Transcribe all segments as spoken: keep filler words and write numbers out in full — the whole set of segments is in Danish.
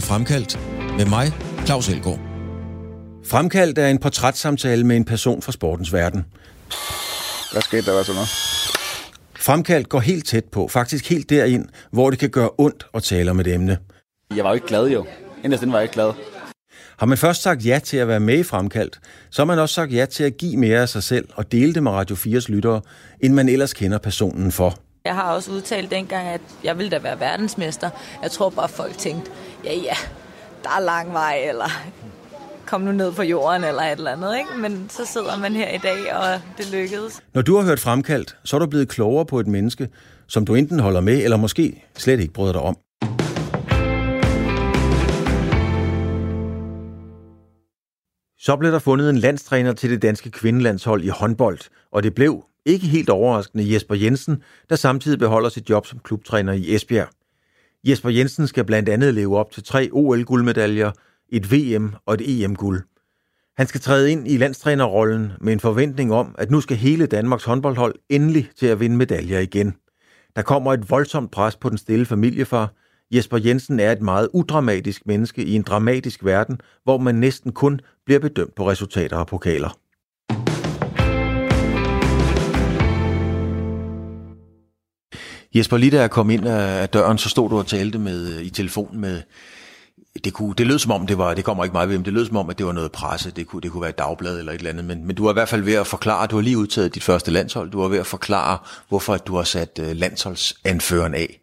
til Fremkaldt med mig, Claus Elgaard. Fremkaldt er en portrætsamtale med en person fra sportens verden. Hvad skete der, hvad så noget? Fremkaldt går helt tæt på, faktisk helt derind, hvor det kan gøre ondt at tale om et emne. Jeg var jo ikke glad jo. Inderst var jeg ikke glad. Har man først sagt ja til at være med i Fremkaldt, så har man også sagt ja til at give mere af sig selv og dele det med Radio fires lyttere, end man ellers kender personen for. Jeg har også udtalt dengang, at jeg ville da være verdensmester. Jeg tror bare, folk tænkte, ja ja, der er lang vej, eller kom nu ned på jorden, eller et eller andet, ikke? Men så sidder man her i dag, og det lykkedes. Når du har hørt Fremkaldt, så er du blevet klogere på et menneske, som du enten holder med, eller måske slet ikke bryder dig om. Så blev der fundet en landstræner til det danske kvindelandshold i håndbold, og det blev, ikke helt overraskende, Jesper Jensen, der samtidig beholder sit job som klubtræner i Esbjerg. Jesper Jensen skal blandt andet leve op til tre O L-guldmedaljer, et V M og et E M-guld. Han skal træde ind i landstrænerrollen med en forventning om, at nu skal hele Danmarks håndboldhold endelig til at vinde medaljer igen. Der kommer et voldsomt pres på den stille familiefar. Jesper Jensen er et meget udramatisk menneske i en dramatisk verden, hvor man næsten kun bliver bedømt på resultater og pokaler. Jesper, lige da jeg kom ind af døren, så stod du og talte med, i telefonen med, det, kunne, det lød som om, det var, det kommer ikke meget ved, men det lød som om, at det var noget presse, det kunne, det kunne være et dagblad eller et eller andet, men, men du var i hvert fald ved at forklare, du har lige udtaget dit første landshold, du var ved at forklare, hvorfor at du har sat landsholdsanføreren af.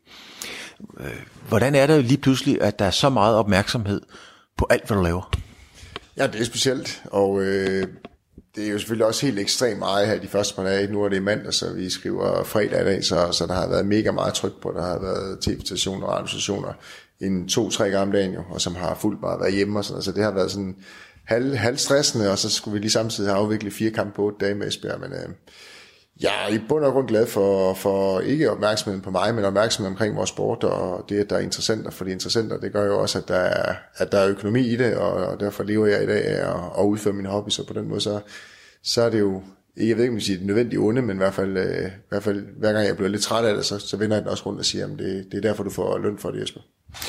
Hvordan er det lige pludselig, at der er så meget opmærksomhed på alt, hvad du laver? Ja, det er specielt, og øh, det er jo selvfølgelig også helt ekstremt meget her de første par dage. Nu er det mandag, så vi skriver fredag i dag, så, så der har været mega meget tryk på. Der har været tv-stationer og radiostationer en to-tre gange om dagen, jo, og som har fuldt meget været hjemme og sådan. Så det har været sådan halv, halv stressende, og så skulle vi lige samtidig have afviklet fire kampe på otte dage med Esbjerg, men... Øh, Jeg er i bund og grund glad for, for ikke opmærksomheden på mig, men opmærksomheden omkring vores sport, og det, at der er interessenter. For de interessenter, det gør jo også, at der er, at der er økonomi i det, og derfor lever jeg i dag af at, at udføre mine hobbies, og på den måde, så, så er det jo, jeg ved ikke, om jeg siger det nødvendigt onde, men i hvert fald, øh, i hvert fald hver gang jeg bliver lidt træt af det, så, så vender jeg den også rundt og siger, at det, det er derfor, du får løn for det, Jesper.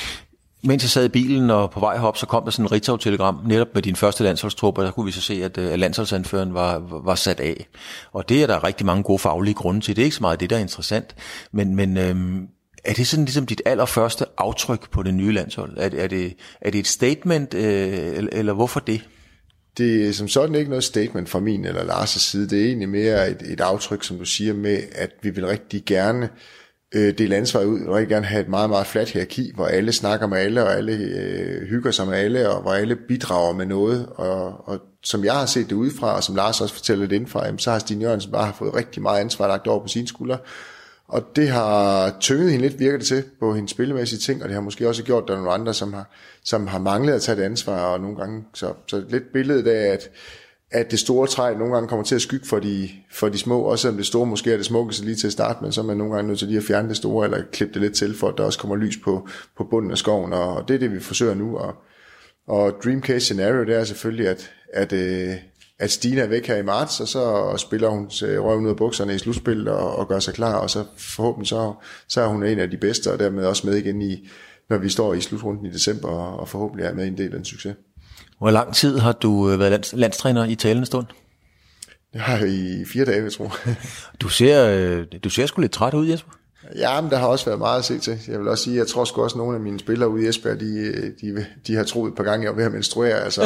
Mens jeg sad i bilen og på vej herop, så kom der sådan en Ritzau-telegram netop med din første landsholdstrup, og der kunne vi så se, at landsholdsanføreren var, var sat af. Og det er der rigtig mange gode faglige grunde til. Det er ikke så meget det, der er interessant. Men, men øhm, er det sådan ligesom dit allerførste aftryk på det nye landshold? Er, er, det, er det et statement, øh, eller, eller hvorfor det? Det er som sådan ikke noget statement fra min eller Lars' side. Det er egentlig mere et, et aftryk, som du siger, med at vi vil rigtig gerne øh, dele ansvar ud, og rigtig gerne have et meget, meget fladt hierarki, hvor alle snakker med alle, og alle øh, hygger sig med alle, og hvor alle bidrager med noget. Og, og som jeg har set det udefra, og som Lars også fortæller det indfra, jamen, så har Stine Jørgensen bare fået rigtig meget ansvar lagt over på sine skuldre. Og det har tynget hende lidt, virker det til, på hendes spillemæssige ting, og det har måske også gjort, at der er nogle andre, som har, som har manglet at tage det ansvar, og nogle gange, så, så lidt billedet af, at, at det store træ nogle gange kommer til at skygge for de, for de små, også selvom det store måske er det smukkeste lige til at starte, men så er man nogle gange nødt til lige at fjerne det store, eller klippe det lidt til, for at der også kommer lys på, på bunden af skoven, og, og det er det, vi forsøger nu, og, og dream case scenario, det er selvfølgelig, at, at øh, at Stine er væk her i marts, og så spiller hun røven ud af bukserne i slutspillet og, og gør sig klar, og så forhåbentlig så, så er hun en af de bedste, og dermed også med igen, i, når vi står i slutrunden i december, og, og forhåbentlig er med en del af den succes. Hvor lang tid har du været lands, landstræner i talende stund? Det har jeg i fire dage, jeg tror. Du ser, du ser sgu lidt træt ud, Jesper. Ja, men der har også været meget at se til. Jeg vil også sige, jeg tror sgu også, at nogle af mine spillere ude i Esbjerg, de, de, de har troet et par gange, jeg var ved at menstruere. Altså,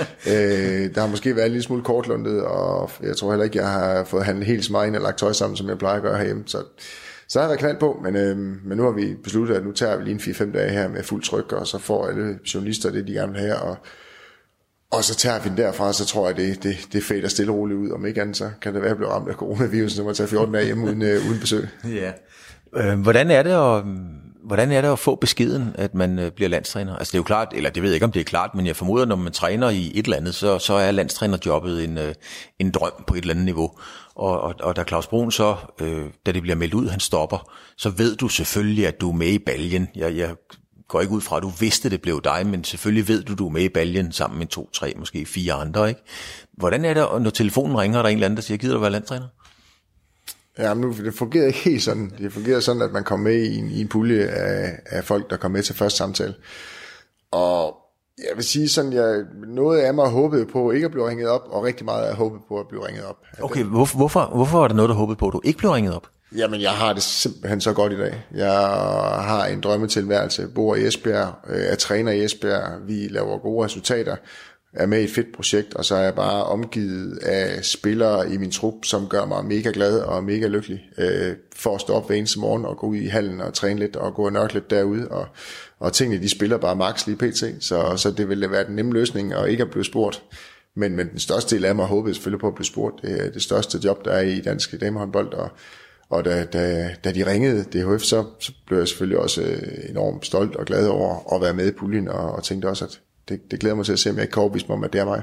øh, der har måske været en lille smule kortlundet, og jeg tror heller ikke, jeg har fået handlet helt så meget ind og lagt tøj sammen, som jeg plejer at gøre herhjemme. Så, så har jeg været knald på, men, øh, men nu har vi besluttet, at nu tager vi lige en fire fem dage her med fuld tryk, og så får alle journalister det, de gerne vil have, og Og så tager vi den derfra, så tror jeg, det, det, det fader stille og roligt ud. Om ikke andet, så kan det være at blive ramt af coronavirus, når man tager fjorten dage hjemme uden, øh, uden besøg. Ja. Øh, hvordan er det at, hvordan er det at få beskeden, at man øh, bliver landstræner? Altså det er jo klart, eller det ved jeg ikke, om det er klart, men jeg formoder, når man træner i et eller andet, så, så er landstrænerjobbet en, øh, en drøm på et eller andet niveau. Og, og, og da Claus Brun så, øh, da det bliver meldt ud, han stopper, så ved du selvfølgelig, at du er med i baljen. Jeg, jeg går ikke ud fra, at du vidste, det blev dig, men selvfølgelig ved du, du er med i baljen sammen med to, tre, måske fire andre, ikke? Hvordan er det, når telefonen ringer, og der er en eller anden, der siger, gider du være landstræner? Ja, men nu, det fungerer ikke helt sådan. Det fungerer sådan, at man kommer med i en, i en pulje af, af folk, der kommer med til første samtale. og jeg vil sige sådan, jeg, noget af mig håbede på ikke at blive ringet op, og rigtig meget af håbet på at blive ringet op. Okay, hvor, hvorfor, hvorfor var det noget, du håbede på, at du ikke blev ringet op? Jamen, jeg har det simpelthen så godt i dag. Jeg har en drømmetilværelse, bor i Esbjerg, er træner i Esbjerg, vi laver gode resultater, er med i et fedt projekt, og så er jeg bare omgivet af spillere i min trup, som gør mig mega glad og mega lykkelig øh, for at stå op hver eneste morgen og gå ud i hallen og træne lidt og gå og nørkle lidt derude, og, og tingene, de spiller bare max lige pt, så, så det ville være den nemme løsning og ikke at blive spurgt. Men, men den største del af mig håbede selvfølgelig på at blive spurgt. Det er det største job, der er i danske damehåndbold, og Og da, da, da de ringede D H F, så, så blev jeg selvfølgelig også enormt stolt og glad over at være med i puljen, og, og tænkte også, at det, det glæder mig til at se, om jeg ikke kan overbevise mig om, at det er mig.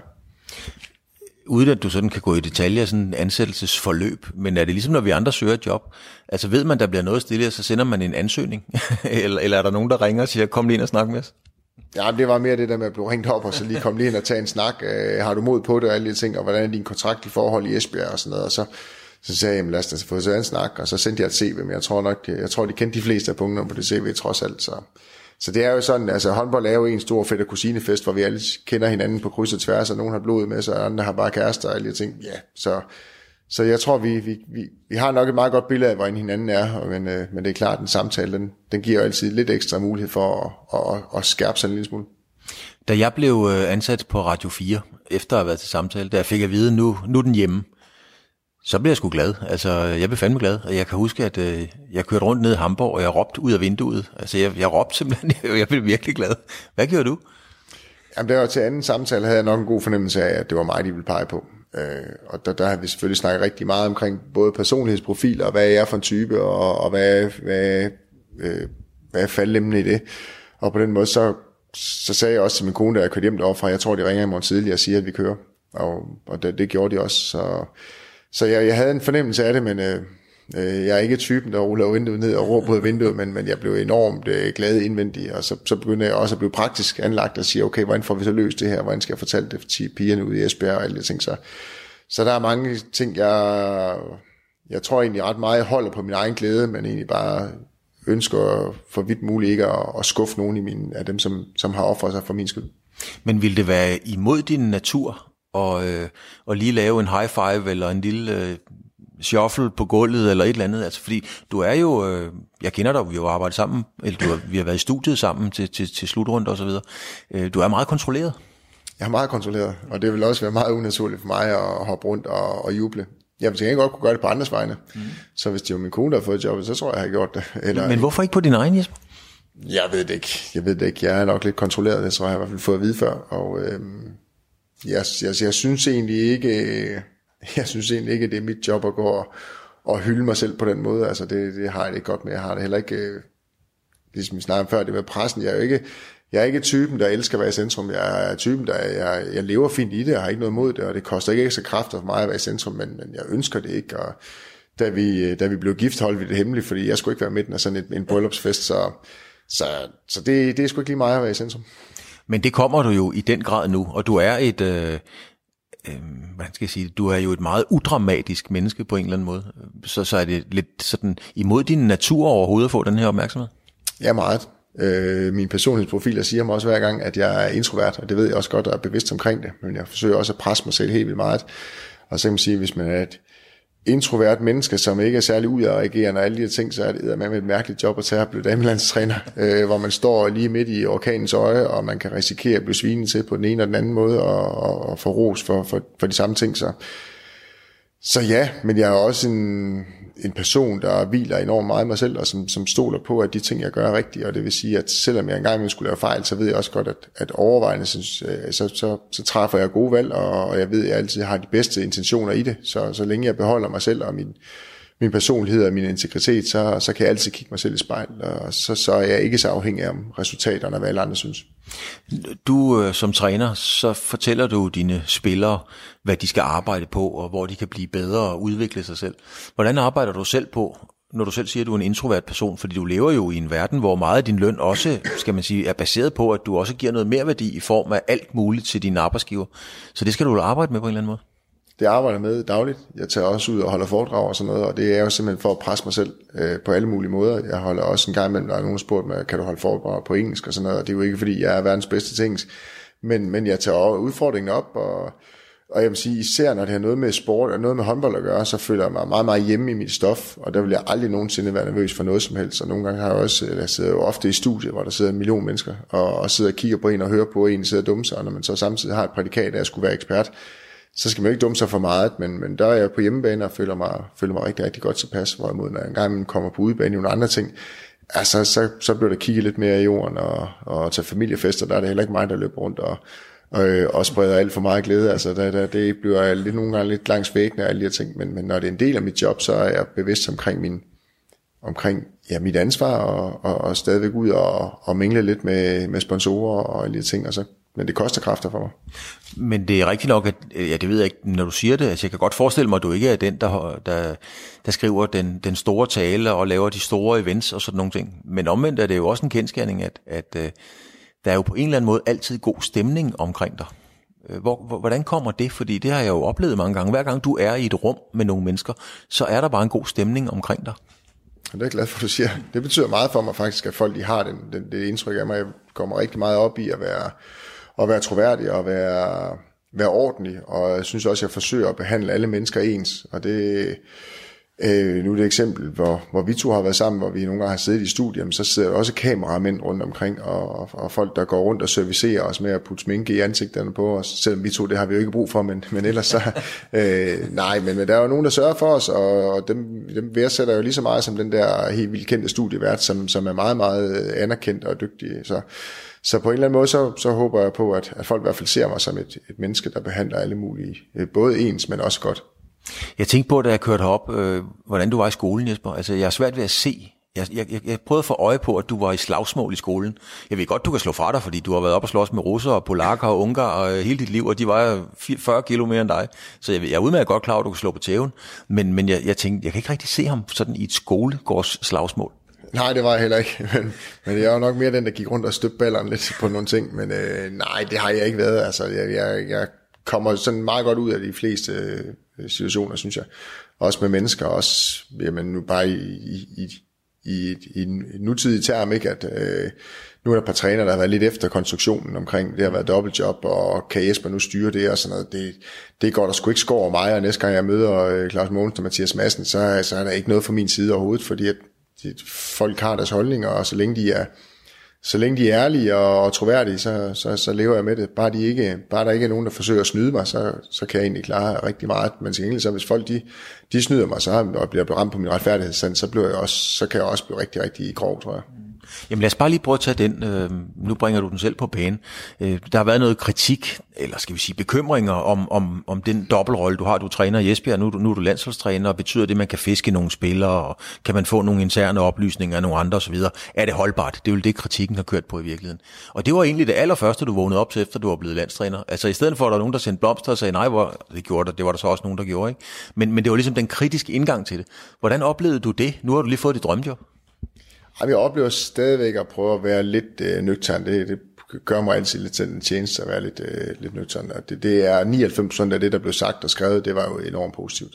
Uden at du sådan kan gå i detaljer, sådan en ansættelsesforløb, men er det ligesom, når vi andre søger et job? Altså ved man, der bliver noget stille, så sender man en ansøgning? eller, eller er der nogen, der ringer og siger, kom lige ind og snak med os? Ja, det var mere det der med at blive ringet op, og så lige komme lige ind og tage en snak. Øh, har du mod på det og alle de ting, og hvordan er din kontrakt i forhold i Esbjerg og sådan noget, og så Så sagde jeg, jamen lad os da få så en snak, og så sendte jeg et C V, men jeg tror nok, jeg tror, de kendte de fleste af punkterne på det C V trods alt. Så, så det er jo sådan, altså håndbold er jo en stor fætter kusinefest, hvor vi alle kender hinanden på kryds og tværs, og nogen har blodet med sig, og andre har bare kærester og alle de ting. Ja, så, så jeg tror, vi, vi, vi, vi har nok et meget godt billede af, hvordan hinanden er, men, men det er klart, at den samtale, den, den giver jo altid lidt ekstra mulighed for at, at, at skærpe sig en lille smule. Da jeg blev ansat på Radio fire, efter at have været til samtale, da jeg fik at vide, nu, nu er den hjemme, så blev jeg sgu glad. Altså, jeg blev fandme glad, og jeg kan huske, at øh, jeg kørte rundt ned i Hamburg, og jeg råbte ud af vinduet. Altså, jeg, jeg råbte simpelthen, jeg blev virkelig glad. Hvad gjorde du? Jamen, der var til anden samtale, havde jeg nok en god fornemmelse af, at det var mig, de ville pege på. Øh, og der, der har vi selvfølgelig snakket rigtig meget omkring både personlighedsprofil, og hvad jeg er for en type, og, og hvad, hvad, øh, hvad er faldemne i det. Og på den måde, så, så sagde jeg også til min kone, da jeg kørte hjem deroppe fra, jeg tror, de ringer i morgen tidlig og siger, at vi kører. Og, og det, det gjorde de også, så... Så jeg, jeg havde en fornemmelse af det, men øh, jeg er ikke typen, der ruller vinduet ned og råber ud af vinduet, men, men jeg blev enormt øh, glad indvendig, og så, så begyndte jeg også at blive praktisk anlagt og sige, okay, hvordan får vi så løst det her, hvordan skal jeg fortælle det for pigerne ude i Esbjerg og alle de ting. Så, så der er mange ting, jeg, jeg tror egentlig ret meget, jeg holder på min egen glæde, men egentlig bare ønsker for vidt muligt ikke at, at skuffe nogen i min, af dem, som, som har offret sig for min skyld. Men ville det være imod din natur? Og, øh, og lige lave en high five eller en lille øh, shuffle på gulvet eller et eller andet, altså fordi du er jo, øh, jeg kender dig, vi har arbejdet sammen, eller du har, vi har været i studiet sammen til, til, til slutrunde og så videre, øh, du er meget kontrolleret. Jeg er meget kontrolleret, og det vil også være meget unaturligt for mig at hoppe rundt og, og juble. Jeg vil godt kunne gøre det på andres vegne, mm. så hvis det var min kone, der har fået jobbet, så tror jeg, jeg har gjort det. Eller, men hvorfor ikke på din egen, Jesper? Jeg ved det ikke, jeg ved det ikke, jeg er nok lidt kontrolleret, det tror jeg, jeg har i hvert fald fået at vide før, og... Øh, Jeg, jeg, jeg synes egentlig ikke, jeg synes egentlig ikke, at det er mit job at gå og, og hylde mig selv på den måde. Altså det, det har jeg det ikke godt med. Jeg har det heller ikke, ligesom vi snakkede om før, det med pressen. Jeg er jo ikke, jeg er ikke typen, der elsker at være i centrum. Jeg er typen, der jeg, jeg lever fint i det, og har ikke noget mod det, og det koster ikke ekstra kræfter for mig at være i centrum, men, men jeg ønsker det ikke. Og da vi, da vi blev gift, holdt vi det hemmeligt, fordi jeg skulle ikke være midten af sådan et, en bryllupsfest, så, så, så det, det er sgu ikke lige mig at være i centrum. Men det kommer du jo i den grad nu, og du er et, øh, øh, hvordan skal jeg sige det, du er jo et meget udramatisk menneske på en eller anden måde. Så, så er det lidt sådan imod din natur overhovedet at få den her opmærksomhed? Ja, meget. Øh, min personlighedsprofil siger mig også hver gang, at jeg er introvert, og det ved jeg også godt, og er bevidst omkring det, men jeg forsøger også at presse mig selv helt vildt meget. Og så kan man sige, hvis man er et introvert menneske, som ikke er særlig udadreagerende og alle de her ting, så er det med et mærkeligt job at tage at blive damelandstræner, øh, hvor man står lige midt i orkanens øje, og man kan risikere at blive svinet til på den ene og den anden måde, og, og, og få ros for, for, for de samme ting. Så, så ja, men jeg er også en, en person, der hviler enormt meget i mig selv, og som, som stoler på, at de ting, jeg gør er rigtige, og det vil sige, at selvom jeg engang skulle lave fejl, så ved jeg også godt, at, at overvejende, så, så, så, så træffer jeg gode valg, og jeg ved, at jeg altid har de bedste intentioner i det, så, så længe jeg beholder mig selv og min, min personlighed og min integritet, så, så kan jeg altid kigge mig selv i spejlet, og så, så er jeg ikke så afhængig af resultaterne af, hvad alle andre synes. Du øh, som træner, så fortæller du dine spillere, hvad de skal arbejde på, og hvor de kan blive bedre og udvikle sig selv. Hvordan arbejder du selv på, når du selv siger, at du er en introvert person? Fordi du lever jo i en verden, hvor meget af din løn også, skal man sige, er baseret på, at du også giver noget mere værdi i form af alt muligt til dine arbejdsgiver. Så det skal du arbejde med på en eller anden måde? det arbejder jeg med dagligt. Jeg tager også ud og holder foredrag og sådan noget, og det er jo simpelthen for at presse mig selv øh, på alle mulige måder. Jeg holder også en gang imellem, der er nogen, der spurgt mig, kan du holde foredrag på engelsk og sådan noget, og det er jo ikke, fordi jeg er verdens bedste til engelsk, men, men jeg tager udfordringen op, og, og jeg vil sige, især når det har noget med sport og noget med håndbold at gøre, så føler jeg mig meget, meget hjemme i mit stof, og der vil jeg aldrig nogensinde være nervøs for noget som helst, og nogle gange har jeg også, jeg sidder jo ofte i studiet, hvor der sidder en million mennesker, og, og sidder og kigger på en og hører på en, sidder og dumme sig, og når man så samtidig har et prædikat, at jeg skulle være ekspert, så skal man jo ikke dumme sig for meget, men, men der er jeg på hjemmebane og føler mig, føler mig rigtig, rigtig godt tilpas, hvorimod når jeg engang kommer på udebane i nogle andre ting, altså, så, så bliver der kigget lidt mere i jorden, og, og til familiefester, der er det heller ikke mig, der løber rundt og, og, og spreder alt for meget glæde, altså der, der, det bliver lidt, nogle gange lidt langs væggene og alle de her ting, men, men når det er en del af mit job, så er jeg bevidst omkring min, omkring ja, mit ansvar, og, og, og stadigvæk ud og, og mingle lidt med, med sponsorer og alle de ting, og så men det koster kræfter for mig. Men det er rigtigt nok, at ja, det ved jeg ikke, når du siger det. Altså, jeg kan godt forestille mig, at du ikke er den, der, der, der skriver den, den store tale og laver de store events og sådan nogle ting. Men omvendt er det jo også en kendsgerning, at, at uh, der er jo på en eller anden måde altid god stemning omkring dig. Hvor, hvordan kommer det? Fordi det har jeg jo oplevet mange gange. Hver gang du er i et rum med nogle mennesker, så er der bare en god stemning omkring dig. Det er jeg glad for, du siger. Det betyder meget for mig faktisk, at folk de har den, den, det indtryk af mig. Jeg kommer rigtig meget op i at være at være troværdig og være, være ordentlig, og jeg synes også, at jeg forsøger at behandle alle mennesker ens, og det øh, nu er det et eksempel, hvor, hvor vi to har været sammen, hvor vi nogle gange har siddet i studiet, så sidder der også kameramænd rundt omkring, og, og folk, der går rundt og servicerer os med at putte sminke i ansigterne på os, selvom vi to, det har vi jo ikke brug for, men, men ellers så, øh, nej, men, men der er jo nogen, der sørger for os, og, og dem, dem værdsætter jo lige så meget som den der helt vildt kendte studievært, som, som er meget, meget anerkendt og dygtig, så Så på en eller anden måde, så, så håber jeg på, at, at folk i hvert fald ser mig som et, et menneske, der behandler alle mulige, både ens, men også godt. Jeg tænkte på, da jeg kørte herop, øh, hvordan du var i skolen, Jesper. Altså, jeg er svært ved at se. Jeg, jeg, jeg prøvede at få øje på, at du var i slagsmål i skolen. Jeg ved godt, du kan slå fra dig, fordi du har været op og slås med russere og polakker og ungar og hele dit liv, og de var fyrre kilo mere end dig. Så jeg, jeg er udmærket godt klar over, at du kan slå på tæven. Men, men jeg, jeg tænkte, jeg kan ikke rigtig se ham sådan i et skolegårds slagsmål. Nej, det var jeg heller ikke, men, men jeg er jo nok mere den, der gik rundt og støbte ballerne lidt på nogle ting, men øh, nej, det har jeg ikke været. Altså, jeg, jeg, jeg kommer sådan meget godt ud af de fleste øh, situationer, synes jeg. Også med mennesker, også jamen, nu bare i, i, i, i, i en nutidig term, ikke, at øh, nu er der et par træner, der har været lidt efter konstruktionen omkring, det har været dobbeltjob, og kan Jesper nu styre det og sådan noget, det, det går der sgu ikke skår over mig, og næste gang jeg møder øh, Claus Mogensen og Mathias Madsen, så, så er der ikke noget fra min side overhovedet, fordi at folk har deres holdninger, og så længe de er, så længe de er ærlige og, og troværdige, så, så, så lever jeg med det. Bare, de ikke, bare der ikke er nogen, der forsøger at snyde mig, så, så kan jeg egentlig klare rigtig meget. Men til gengæld, så hvis folk de, de snyder mig, så og jeg bliver ramt på min retfærdighedssand, så, bliver jeg også, så kan jeg også blive rigtig, rigtig grov, tror jeg. Jamen lad os bare lige prøve at tage den. Øh, nu bringer du den selv på banen. Øh, der har været noget kritik, eller skal vi sige bekymringer, om, om, om den dobbeltrolle, du har. Du træner i Esbjerg, nu, nu er du landsholdstræner, og betyder det, at man kan fiske nogle spillere, og kan man få nogle interne oplysninger af nogle andre osv.? Er det holdbart? Det er jo det, kritikken har kørt på i virkeligheden. Og det var egentlig det allerførste, du vågnede op til, efter du var blevet landstræner. Altså i stedet for, at der var nogen, der sendte blomster og sagde, nej, hvor det gjorde der, det var der så også nogen, der gjorde, ikke? Men, men det var ligesom den kritiske indgang til det. Hvordan oplevede du det? Nu har du lige fået dit drømmejob. Jeg oplever stadigvæk at prøve at være lidt øh, nøgtern. Det, det gør mig altid lidt til en tjeneste at være lidt, øh, lidt nøgtern. Det, det er nioghalvfems procent af det, der blev sagt og skrevet, det var jo enormt positivt.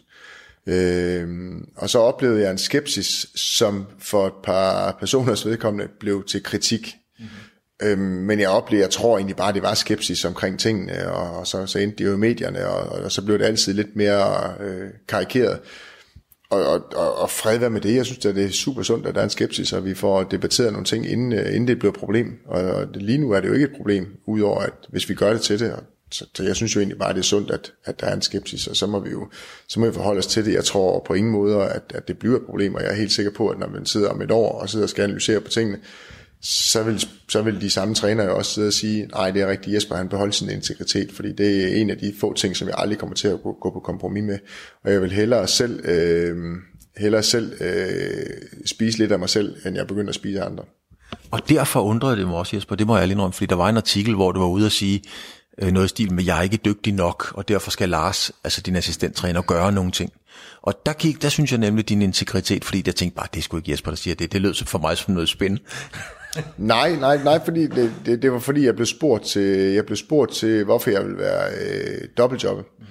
Øh, og så oplevede jeg en skepsis, som for et par personers vedkommende blev til kritik. Mm-hmm. Øh, men jeg oplevede, jeg tror egentlig bare, det var skepsis omkring tingene, og, og så, så endte det jo i medierne, og, og så blev det altid lidt mere øh, karikeret. Og, og, og fred være med det. Jeg synes, at det er super sundt, at der er en skepsis, og vi får debatteret nogle ting, inden, inden det bliver et problem. Og, og lige nu er det jo ikke et problem, udover at hvis vi gør det til det. Så, så jeg synes jo egentlig bare, at det er sundt, at, at der er en skepsis, og så må vi jo så må vi forholde os til det. Jeg tror på ingen måde, at, at det bliver et problem, og jeg er helt sikker på, at når man sidder om et år og sidder og skal analysere på tingene, så vil, så vil de samme trænere jo også sidde og sige, nej, det er rigtigt, Jesper, han beholder sin integritet, fordi det er en af de få ting, som jeg aldrig kommer til at gå, gå på kompromis med, og jeg vil hellere selv, øh, hellere selv øh, spise lidt af mig selv, end jeg begynder at spise af andre. Og derfor undrede det mig også, Jesper, det må jeg lige indrømme, fordi der var en artikel, hvor du var ude at sige øh, noget i stil med, jeg er ikke dygtig nok, og derfor skal Lars, altså din assistenttræner, gøre nogle ting. Og der, gik, der synes jeg nemlig din integritet, fordi jeg tænkte bare, det er sgu ikke Jesper, der siger det. Det lød for mig som noget spændende. nej, nej, nej, fordi det, det, det var fordi, jeg blev spurgt til, jeg blev spurgt til, hvorfor jeg ville være øh, dobbeltjobbet. Mm.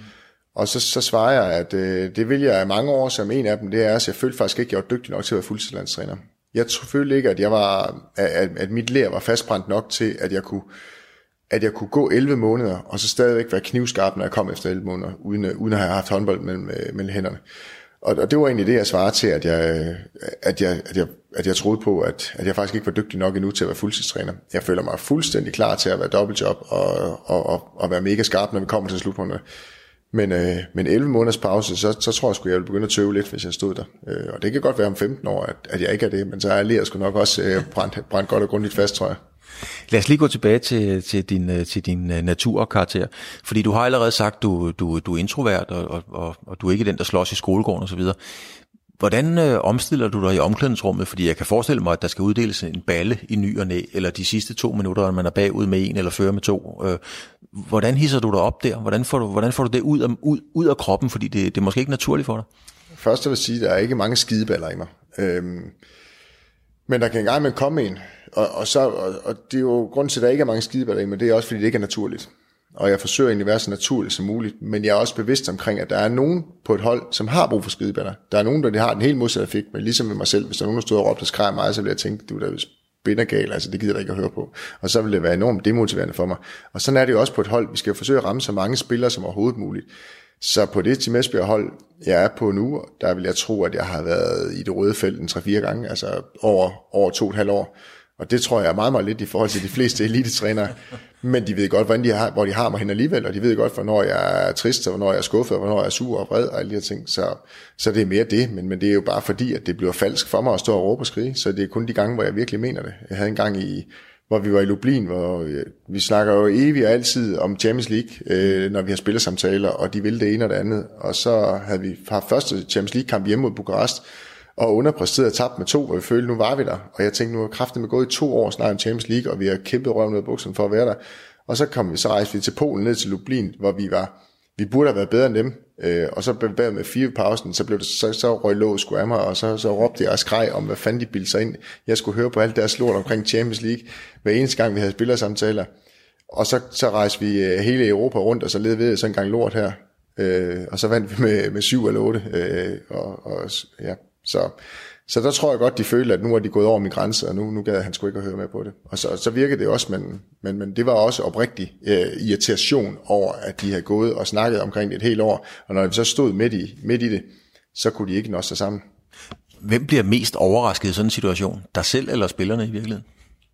Og så, så svarer jeg, at øh, det vil jeg i mange år, som en af dem, det er, at jeg følte faktisk ikke, at jeg var dygtig nok til at være fuldtidslandstræner. Jeg følte ikke, at, jeg var, at, at mit lær var fastbrændt nok til, at jeg kunne at jeg kunne gå elleve måneder, og så stadigvæk være knivskarp, når jeg kom efter elleve måneder, uden, uden at have haft håndbold mellem, mellem hænderne. Og, og det var egentlig det, jeg svarede til, at jeg, at jeg, at jeg, at jeg troede på, at, at jeg faktisk ikke var dygtig nok endnu til at være fuldtidstræner. Jeg føler mig fuldstændig klar til at være dobbeltjob og, og, og, og være mega skarp, når vi kommer til slutpunkterne. Men, øh, men elleve måneders pause, så, så tror jeg sgu, jeg ville begynde at tøve lidt, hvis jeg stod der. Øh, og det kan godt være om femten år, at, at jeg ikke er det, men så er jeg sgu nok også øh, brændt, brændt godt og grundigt fast, tror jeg. Lad os lige gå tilbage til, til din, til din naturkarakter, fordi du har allerede sagt, du, du, du er introvert, og, og, og du er ikke den, der slås i skolegården osv. Hvordan øh, omstiller du dig i omklædningsrummet? Fordi jeg kan forestille mig, at der skal uddeles en balle i ny og næ, eller de sidste to minutter, når man er bagud med en eller fører med to. Øh, hvordan hisser du dig op der? Hvordan får du, hvordan får du det ud af, ud, ud af kroppen? Fordi det, det er måske ikke naturligt for dig. Først vil jeg sige, at der er ikke mange skideballer i mig. Øhm, men der kan engang med komme en, og, og, så, og, og det er jo grund til, at der ikke er mange skideballer i mig, det er også, fordi det ikke er naturligt. Og jeg forsøger egentlig at være så naturligt som muligt, men jeg er også bevidst omkring, at der er nogen på et hold, som har brug for skideballer. Der er nogen, der har den helt modsatte effekt, men ligesom med mig selv, hvis der er nogen, der stod og råbte og skreg mig, så ville jeg tænke, du er da spindergal, altså det gider jeg ikke at høre på. Og så ville det være enormt demotiverende for mig. Og sådan er det jo også på et hold. Vi skal jo forsøge at ramme så mange spillere som overhovedet muligt. Så på det Team Esbjerg hold, jeg er på nu, der vil jeg tro, at jeg har været i det røde felt en tre-fire gange, altså over, over to og et halvt år. Og det tror jeg er meget, meget lidt i forhold til de fleste elitetrænere. Men de ved godt, hvordan de har, hvor de har mig hen alligevel, og de ved godt, hvornår jeg er trist, og hvornår jeg er skuffet, og hvornår jeg er sur og vred, og alle de her ting. Så, så det er mere det, men, men det er jo bare fordi, at det bliver falsk for mig at stå og råbe og skrige. Så det er kun de gange, hvor jeg virkelig mener det. Jeg havde en gang, i, hvor vi var i Lublin, hvor vi snakker jo evigt og altid om Champions League, øh, når vi har spillersamtaler, og de ville det ene og det andet. Og så havde vi haft første Champions League-kamp hjemme mod Bukarest, og underpræsteret og tabt med to, og vi følte, nu var vi der. Og jeg tænkte, nu har kraften med gået i to år snart i Champions League, og vi har kæmpet røven ud af bukserne for at være der. Og så kom vi, så rejste vi til Polen, ned til Lublin, hvor vi var, vi burde have været bedre end dem. Øh, og så bevægede med fire pausen, så blev det så, så røg lås sgu af mig, og så, så råbte jeg og skreg om, hvad fanden de bildte sig ind. Jeg skulle høre på alt deres lort omkring Champions League, hver eneste gang vi havde spillersamtaler. Og så, så rejste vi hele Europa rundt, og så led ved sådan en gang lort her. Øh, og så vandt vi med, med syv eller otte. Øh, og, og, ja, så... Så der tror jeg godt, de følte, at nu er de gået over min grænse, og nu, nu gad han sgu ikke at høre med på det. Og så, så virkede det også, men, men, men det var også oprigtig øh, irritation over, at de havde gået og snakket omkring det et helt år. Og når de så stod midt i, midt i det, så kunne de ikke nå sig sammen. Hvem bliver mest overrasket i sådan en situation? Dig selv eller spillerne i virkeligheden?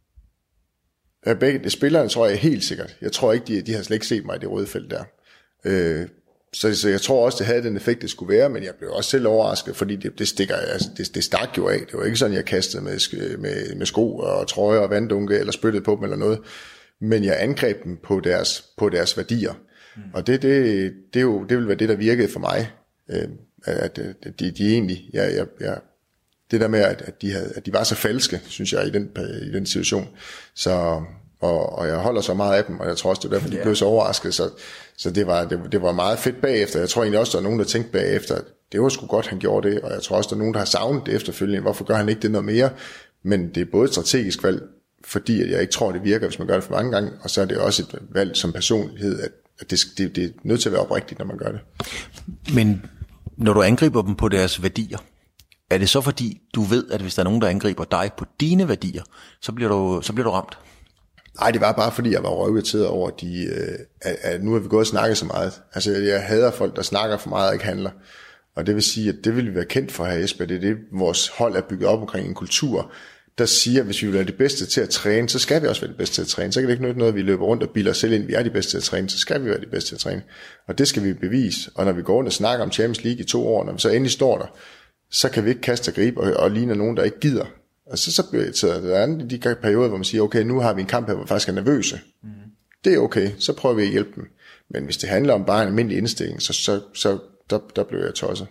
Ja, begge de spillerne tror jeg helt sikkert. Jeg tror ikke, de, de har slet ikke set mig i det røde felt der. Øh, Så, så jeg tror også, det havde den effekt, det skulle være, men jeg blev også selv overrasket, fordi det, det stikker, altså, det, det stak jo af. Det var ikke sådan, jeg kastede med, med, med sko og trøjer og vanddunke, eller spyttede på dem eller noget. Men jeg angreb dem på deres, på deres værdier. Mm. Og det, det, det, er jo, det vil være det, der virkede for mig. Øh, at, at de, de egentlig, jeg, jeg, jeg, det der med, at, at, de havde, at de var så falske, synes jeg, i den, i den situation. Så... Og, og jeg holder så meget af dem, og jeg tror også, det er derfor, de blev så overrasket. Så, så det, var, det, det var meget fedt bagefter. Jeg tror egentlig også, der er nogen, der tænkte bagefter, at det var sgu godt, han gjorde det. Og jeg tror også, der er nogen, der har savnet det efterfølgende. Hvorfor gør han ikke det noget mere? Men det er både et strategisk valg, fordi at jeg ikke tror, det virker, hvis man gør det for mange gange. Og så er det også et valg som personlighed, at, at det, det, det er nødt til at være oprigtigt, når man gør det. Men når du angriber dem på deres værdier, er det så fordi, du ved, at hvis der er nogen, der angriber dig på dine værdier, så bliver du, så bliver du ramt? Nej, det var bare fordi, jeg var røvirriteret over, at, de, at, at nu har vi gået og snakket så meget. Altså, jeg hader folk, der snakker for meget og ikke handler. Og det vil sige, at det vil vi være kendt for her i Esbjerg. Det er det, vores hold er bygget op omkring en kultur, der siger, at hvis vi vil være det bedste til at træne, så skal vi også være det bedste til at træne. Så kan det ikke nytte noget, at vi løber rundt og bilder os selv ind, vi er de bedste til at træne, så skal vi være de bedste til at træne. Og det skal vi bevise. Og når vi går rundt og snakker om Champions League i to år, når vi så endelig står der, så kan vi ikke kaste og gribe og, og ligne nogen, der ikke gider. Og så, så bliver det taget. Der er de perioder, hvor man siger, okay, nu har vi en kamp her, hvor vi faktisk er nervøse. Mm. Det er okay, så prøver vi at hjælpe dem. Men hvis det handler om bare en almindelig indstilling, så, så, så der, der bliver jeg tosset.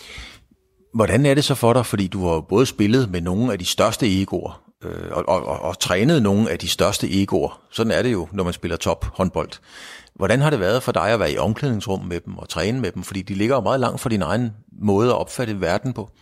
Hvordan er det så for dig, fordi du har både spillet med nogle af de største egoer, øh, og, og, og, og trænet nogle af de største egoer. Sådan er det jo, når man spiller top håndbold. Hvordan har det været for dig at være i omklædningsrum med dem og træne med dem? Fordi de ligger jo meget langt fra din egen måde at opfatte verden på.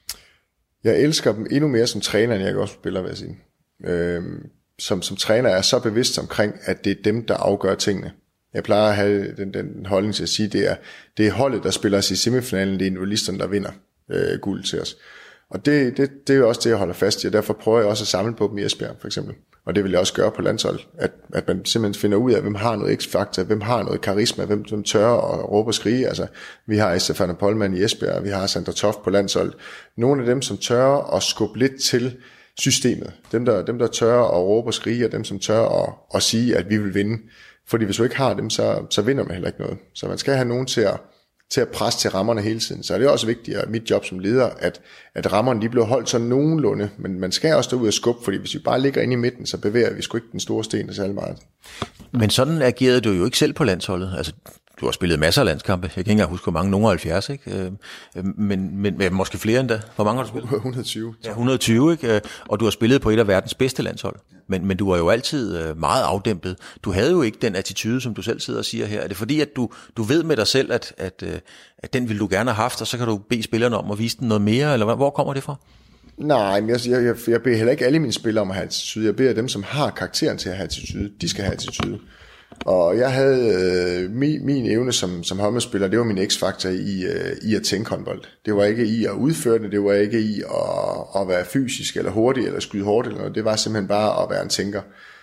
Jeg elsker dem endnu mere som træner, end jeg også spiller, vil jeg sige. Øhm, som, som træner er jeg så bevidst omkring, at det er dem, der afgør tingene. Jeg plejer at have den, den holdning til at sige, det er, det er holdet, der spiller os i semifinalen, det er individualisterne, der vinder øh, guld til os. Og det, det, det er jo også det, jeg holder fast i, og derfor prøver jeg også at samle på dem i Esbjerg, for eksempel. Og det vil jeg også gøre på landshold, at, at man simpelthen finder ud af, hvem har noget x-faktor, hvem har noget karisma, hvem, hvem tør at råbe og skrige. Altså, vi har Stefan Pollmann i Esbjerg, vi har Sandra Toft på landshold. Nogle af dem, som tør at skubbe lidt til systemet. Dem, der, dem, der tør at råbe og skrige, og dem, som tør at, at sige, at vi vil vinde. Fordi hvis du ikke har dem, så, så vinder man heller ikke noget. Så man skal have nogen til at, til at presse til rammerne hele tiden. Så er det også vigtigt, at mit job som leder, at, at rammerne de bliver holdt så nogenlunde. Men man skal også derud og skubbe, fordi hvis vi bare ligger inde i midten, så bevæger vi sgu ikke den store sten særlig meget. Men sådan agerede du jo ikke selv på landsholdet. Altså, du har spillet masser af landskampe. Jeg kan ikke engang huske, hvor mange. Nogen af halvfjerds, ikke? Men, men, men måske flere end da. Hvor mange har du spillet? et hundrede og tyve. Ja, et hundrede og tyve, ikke? Og du har spillet på et af verdens bedste landshold. Men, men du var jo altid meget afdæmpet. Du havde jo ikke den attitude, som du selv sidder og siger her. Er det fordi, at du, du ved med dig selv, at, at, at den ville du gerne have haft, og så kan du bede spillerne om at vise den noget mere? Eller hvor kommer det fra? Nej, men jeg, jeg, jeg beder heller ikke alle mine spillere om at have attitude. Jeg beder dem, som har karakteren til at have attitude. De skal have attitude. Og jeg havde øh, min, min evne som, som håndboldspiller, det var min x-faktor i, øh, i at tænke håndbold. Det var ikke i at udføre det, det var ikke i at, at være fysisk eller hurtig eller skyde hårdt eller noget. Det var simpelthen bare at være en tænker.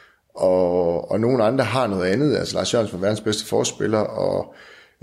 Og, og nogle andre har noget andet. Altså Lars Jørgensen var verdens bedste forspiller, og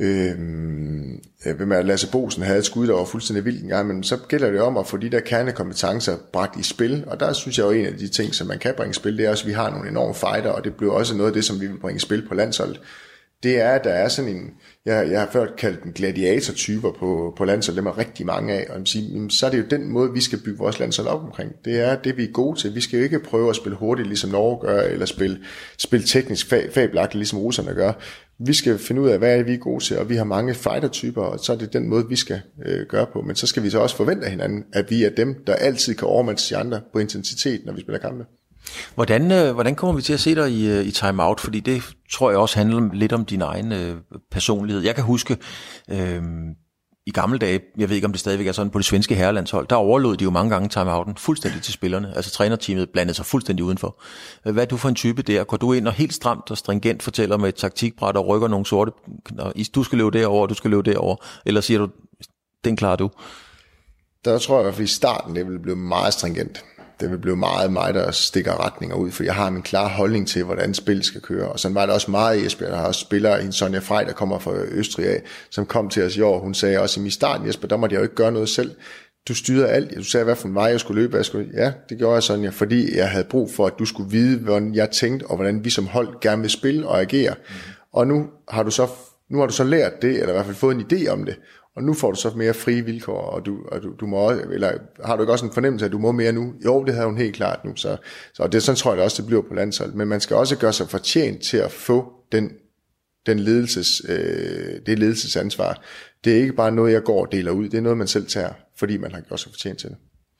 Øhm, med Lasse Bosen havde et skud, der var fuldstændig vildt en gang, men så gælder det om at få de der kernekompetencer bragt i spil, og der synes jeg jo, en af de ting, som man kan bringe i spil, det er også, at vi har nogle enorme fighter, og det bliver også noget af det, som vi vil bringe i spil på landsholdet. Det er, at der er sådan en, jeg, jeg har før kaldt den gladiator-typer på, på landsholdet, dem er rigtig mange af, og jeg siger, så er det jo den måde, vi skal bygge vores landshold op omkring. Det er det, vi er gode til. Vi skal jo ikke prøve at spille hurtigt, ligesom Norge gør, eller spille, spille teknisk fab, fabelagtigt, ligesom russerne gør. Vi skal finde ud af, hvad er vi er gode til, og vi har mange fighter-typer, og så er det den måde, vi skal øh, gøre på. Men så skal vi så også forvente af hinanden, at vi er dem, der altid kan overmatche de andre på intensitet, når vi spiller kampe. Hvordan, øh, hvordan kommer vi til at se dig i, i timeout? Fordi det tror jeg også handler lidt om din egen øh, personlighed. Jeg kan huske øh, i gamle dage, jeg ved ikke om det stadigvæk er sådan, på det svenske herrelandshold, der overlod de jo mange gange timeouten fuldstændig til spillerne. Altså trænerteamet blandede sig fuldstændig udenfor. Hvad er du for en type der? Går du ind og helt stramt og stringent fortæller med et taktikbræt og rykker nogle sorte, du skal løbe derover, du skal løbe derover, eller siger du, den klarer du? Der tror jeg i hvert fald i starten, det vil blive meget stringent. Det vil blive meget mig, der stikker retninger ud, for jeg har min klare holdning til, hvordan spil skal køre. Og sådan var det også meget i Esbjerg. Der har også spillere, en Sonja Frey, der kommer fra Østrig af, som kom til os i år. Hun sagde også i min start, Jesper, der måtte jeg jo ikke gøre noget selv. Du styrede alt. Du sagde, hvad for en vej jeg skulle løbe. Jeg skulle... Ja, det gjorde jeg, Sonja, fordi jeg havde brug for, at du skulle vide, hvordan jeg tænkte, og hvordan vi som hold gerne vil spille og agere. Mm. Og nu har du så nu har du så lært det, eller i hvert fald fået en idé om det. Og nu får du så mere frie vilkår, og du, og du, du må også, eller har du ikke også en fornemmelse af, at du må mere nu? Jo, det havde hun helt klart nu, så, så det, sådan tror jeg det også, det bliver på landsholdet. Men man skal også gøre sig fortjent til at få den, den ledelses, øh, det ledelsesansvar. Det er ikke bare noget, jeg går og deler ud, det er noget, man selv tager, fordi man har gjort sig fortjent til det.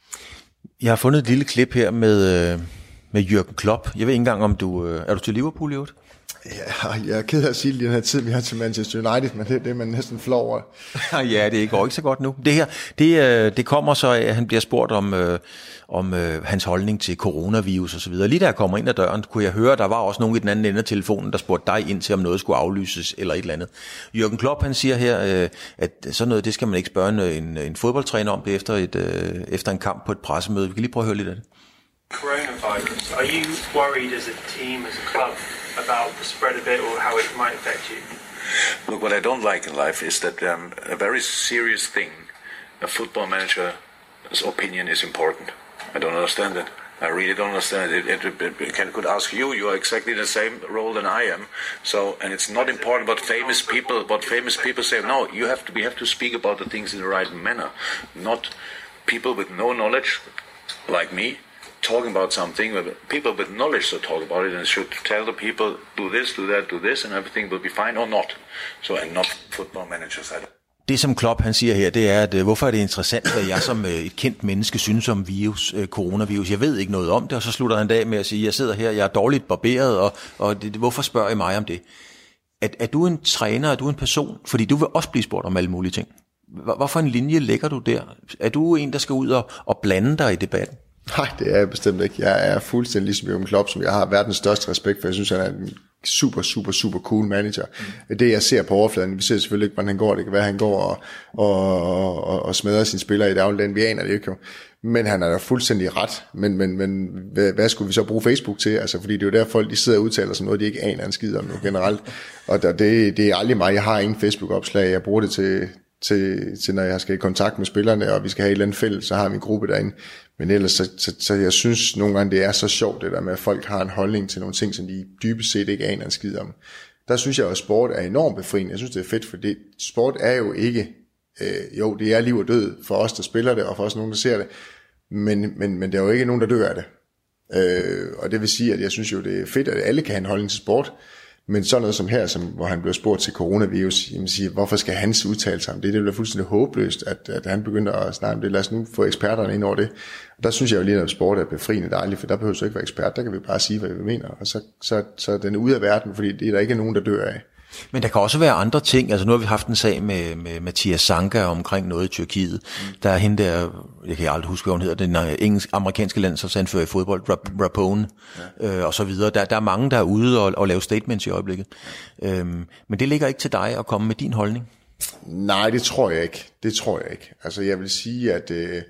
Jeg har fundet et lille klip her med, med Jürgen Klopp. Jeg ved ikke engang, om du, er du til Liverpool i øvrigt? Ja, jeg er ked af at sige det i den her tid, vi har til Manchester United, men det, det er man næsten flov over. Ja, det går ikke så godt nu. Det her, det, det kommer så, at han bliver spurgt om, øh, om øh, hans holdning til coronavirus og så videre. Lige da jeg kommer ind ad døren, kunne jeg høre, at der var også nogen i den anden ende af telefonen, der spurgte dig ind til, om noget skulle aflyses eller et eller andet. Jürgen Klopp, han siger her, øh, at sådan noget, det skal man ikke spørge en, en fodboldtræner om det efter, et, øh, efter en kamp på et pressemøde. Vi kan lige prøve at høre lidt af det. Coronavirus, are you worried as a team, as a club, about the spread of it or how it might affect you? Look, what I don't like in life is that um, a very serious thing, a football manager's opinion is important. I don't understand it. I really don't understand it. It, it, it, it can, could ask you, you are exactly the same role than I am. So, and it's not important what famous people, what famous people say. No, you have to, we have to speak about the things in the right manner. Not people with no knowledge, like me, talking about something, people with knowledge should talk about it and should tell the people, do this, do that, do this, and everything will be fine or not. So, and not football managers. Det som Klopp han siger her, det er, at hvorfor er det interessant, hvad jeg som et kendt menneske synes om virus, coronavirus. Jeg ved ikke noget om det, og så slutter han dag med at sige, jeg sidder her, jeg er dårligt barberet, og, og det, hvorfor spørger I mig om det? Er, er du en træner, er du en person? Fordi du vil også blive spurgt om alle mulige ting. Hvorfor en linje lægger du der? Er du en, der skal ud og, og blande dig i debatten? Nej, det er jeg bestemt ikke. Jeg er fuldstændig ligesom Jürgen Klopp, som jeg har verdens største respekt for. Jeg synes, han er en super, super, super cool manager. Mm. Det jeg ser på overfladen, vi ser selvfølgelig ikke, hvordan han går. Det kan være, at han går og, og, og, og smadrer sine spillere i dagligdagen. Vi aner det ikke jo. Men han er da fuldstændig ret. Men, men, men hvad, hvad skulle vi så bruge Facebook til? Altså, fordi det er jo der, folk de sidder og udtaler sig noget, de ikke aner en skid om nu generelt. Og der, det, det er aldrig mig. Jeg har ingen Facebook-opslag. Jeg bruger det til, til, til, når jeg skal i kontakt med spillerne, og vi skal have et eller andet fælles, så har vi en gruppe derinde. Men ellers, så, så, så jeg synes nogle gange, det er så sjovt, det der med, at folk har en holdning til nogle ting, som de dybest set ikke aner en skid om. Der synes jeg, at sport er enormt befriende. Jeg synes, det er fedt, for det, sport er jo ikke, øh, jo, det er liv og død for os, der spiller det, og for os nogen, der ser det. Men, men, men der er jo ikke nogen, der dør af det. Øh, og det vil sige, at jeg synes jo, det er fedt, at alle kan have en holdning til sport. Men sådan noget som her, som, hvor han blev spurgt til coronavirus, jamen siger, hvorfor skal hans udtale sig om det? Det bliver fuldstændig håbløst, at, at han begynder at snakke om det. Lad os nu få eksperterne ind over det. Og der synes jeg jo lige, at sport er befriende dejligt, for der behøver så ikke være ekspert. Der kan vi bare sige, hvad vi mener. Og så, så, så er den ude af verden, fordi det er der ikke nogen, der dør af. Men der kan også være andre ting. Altså nu har vi haft en sag med, med Mathias Sanka omkring noget i Tyrkiet. Mm. Der er hende der, jeg kan aldrig huske, hvad hun hedder, den engelsk, amerikanske landsholdsanfører i fodbold, Rapone, ja. øh, og så videre. Der, der er mange, der er ude og, og lave statements i øjeblikket. Øhm, men det ligger ikke til dig at komme med din holdning? Nej, det tror jeg ikke. Det tror jeg ikke. Altså jeg vil sige, at... Øh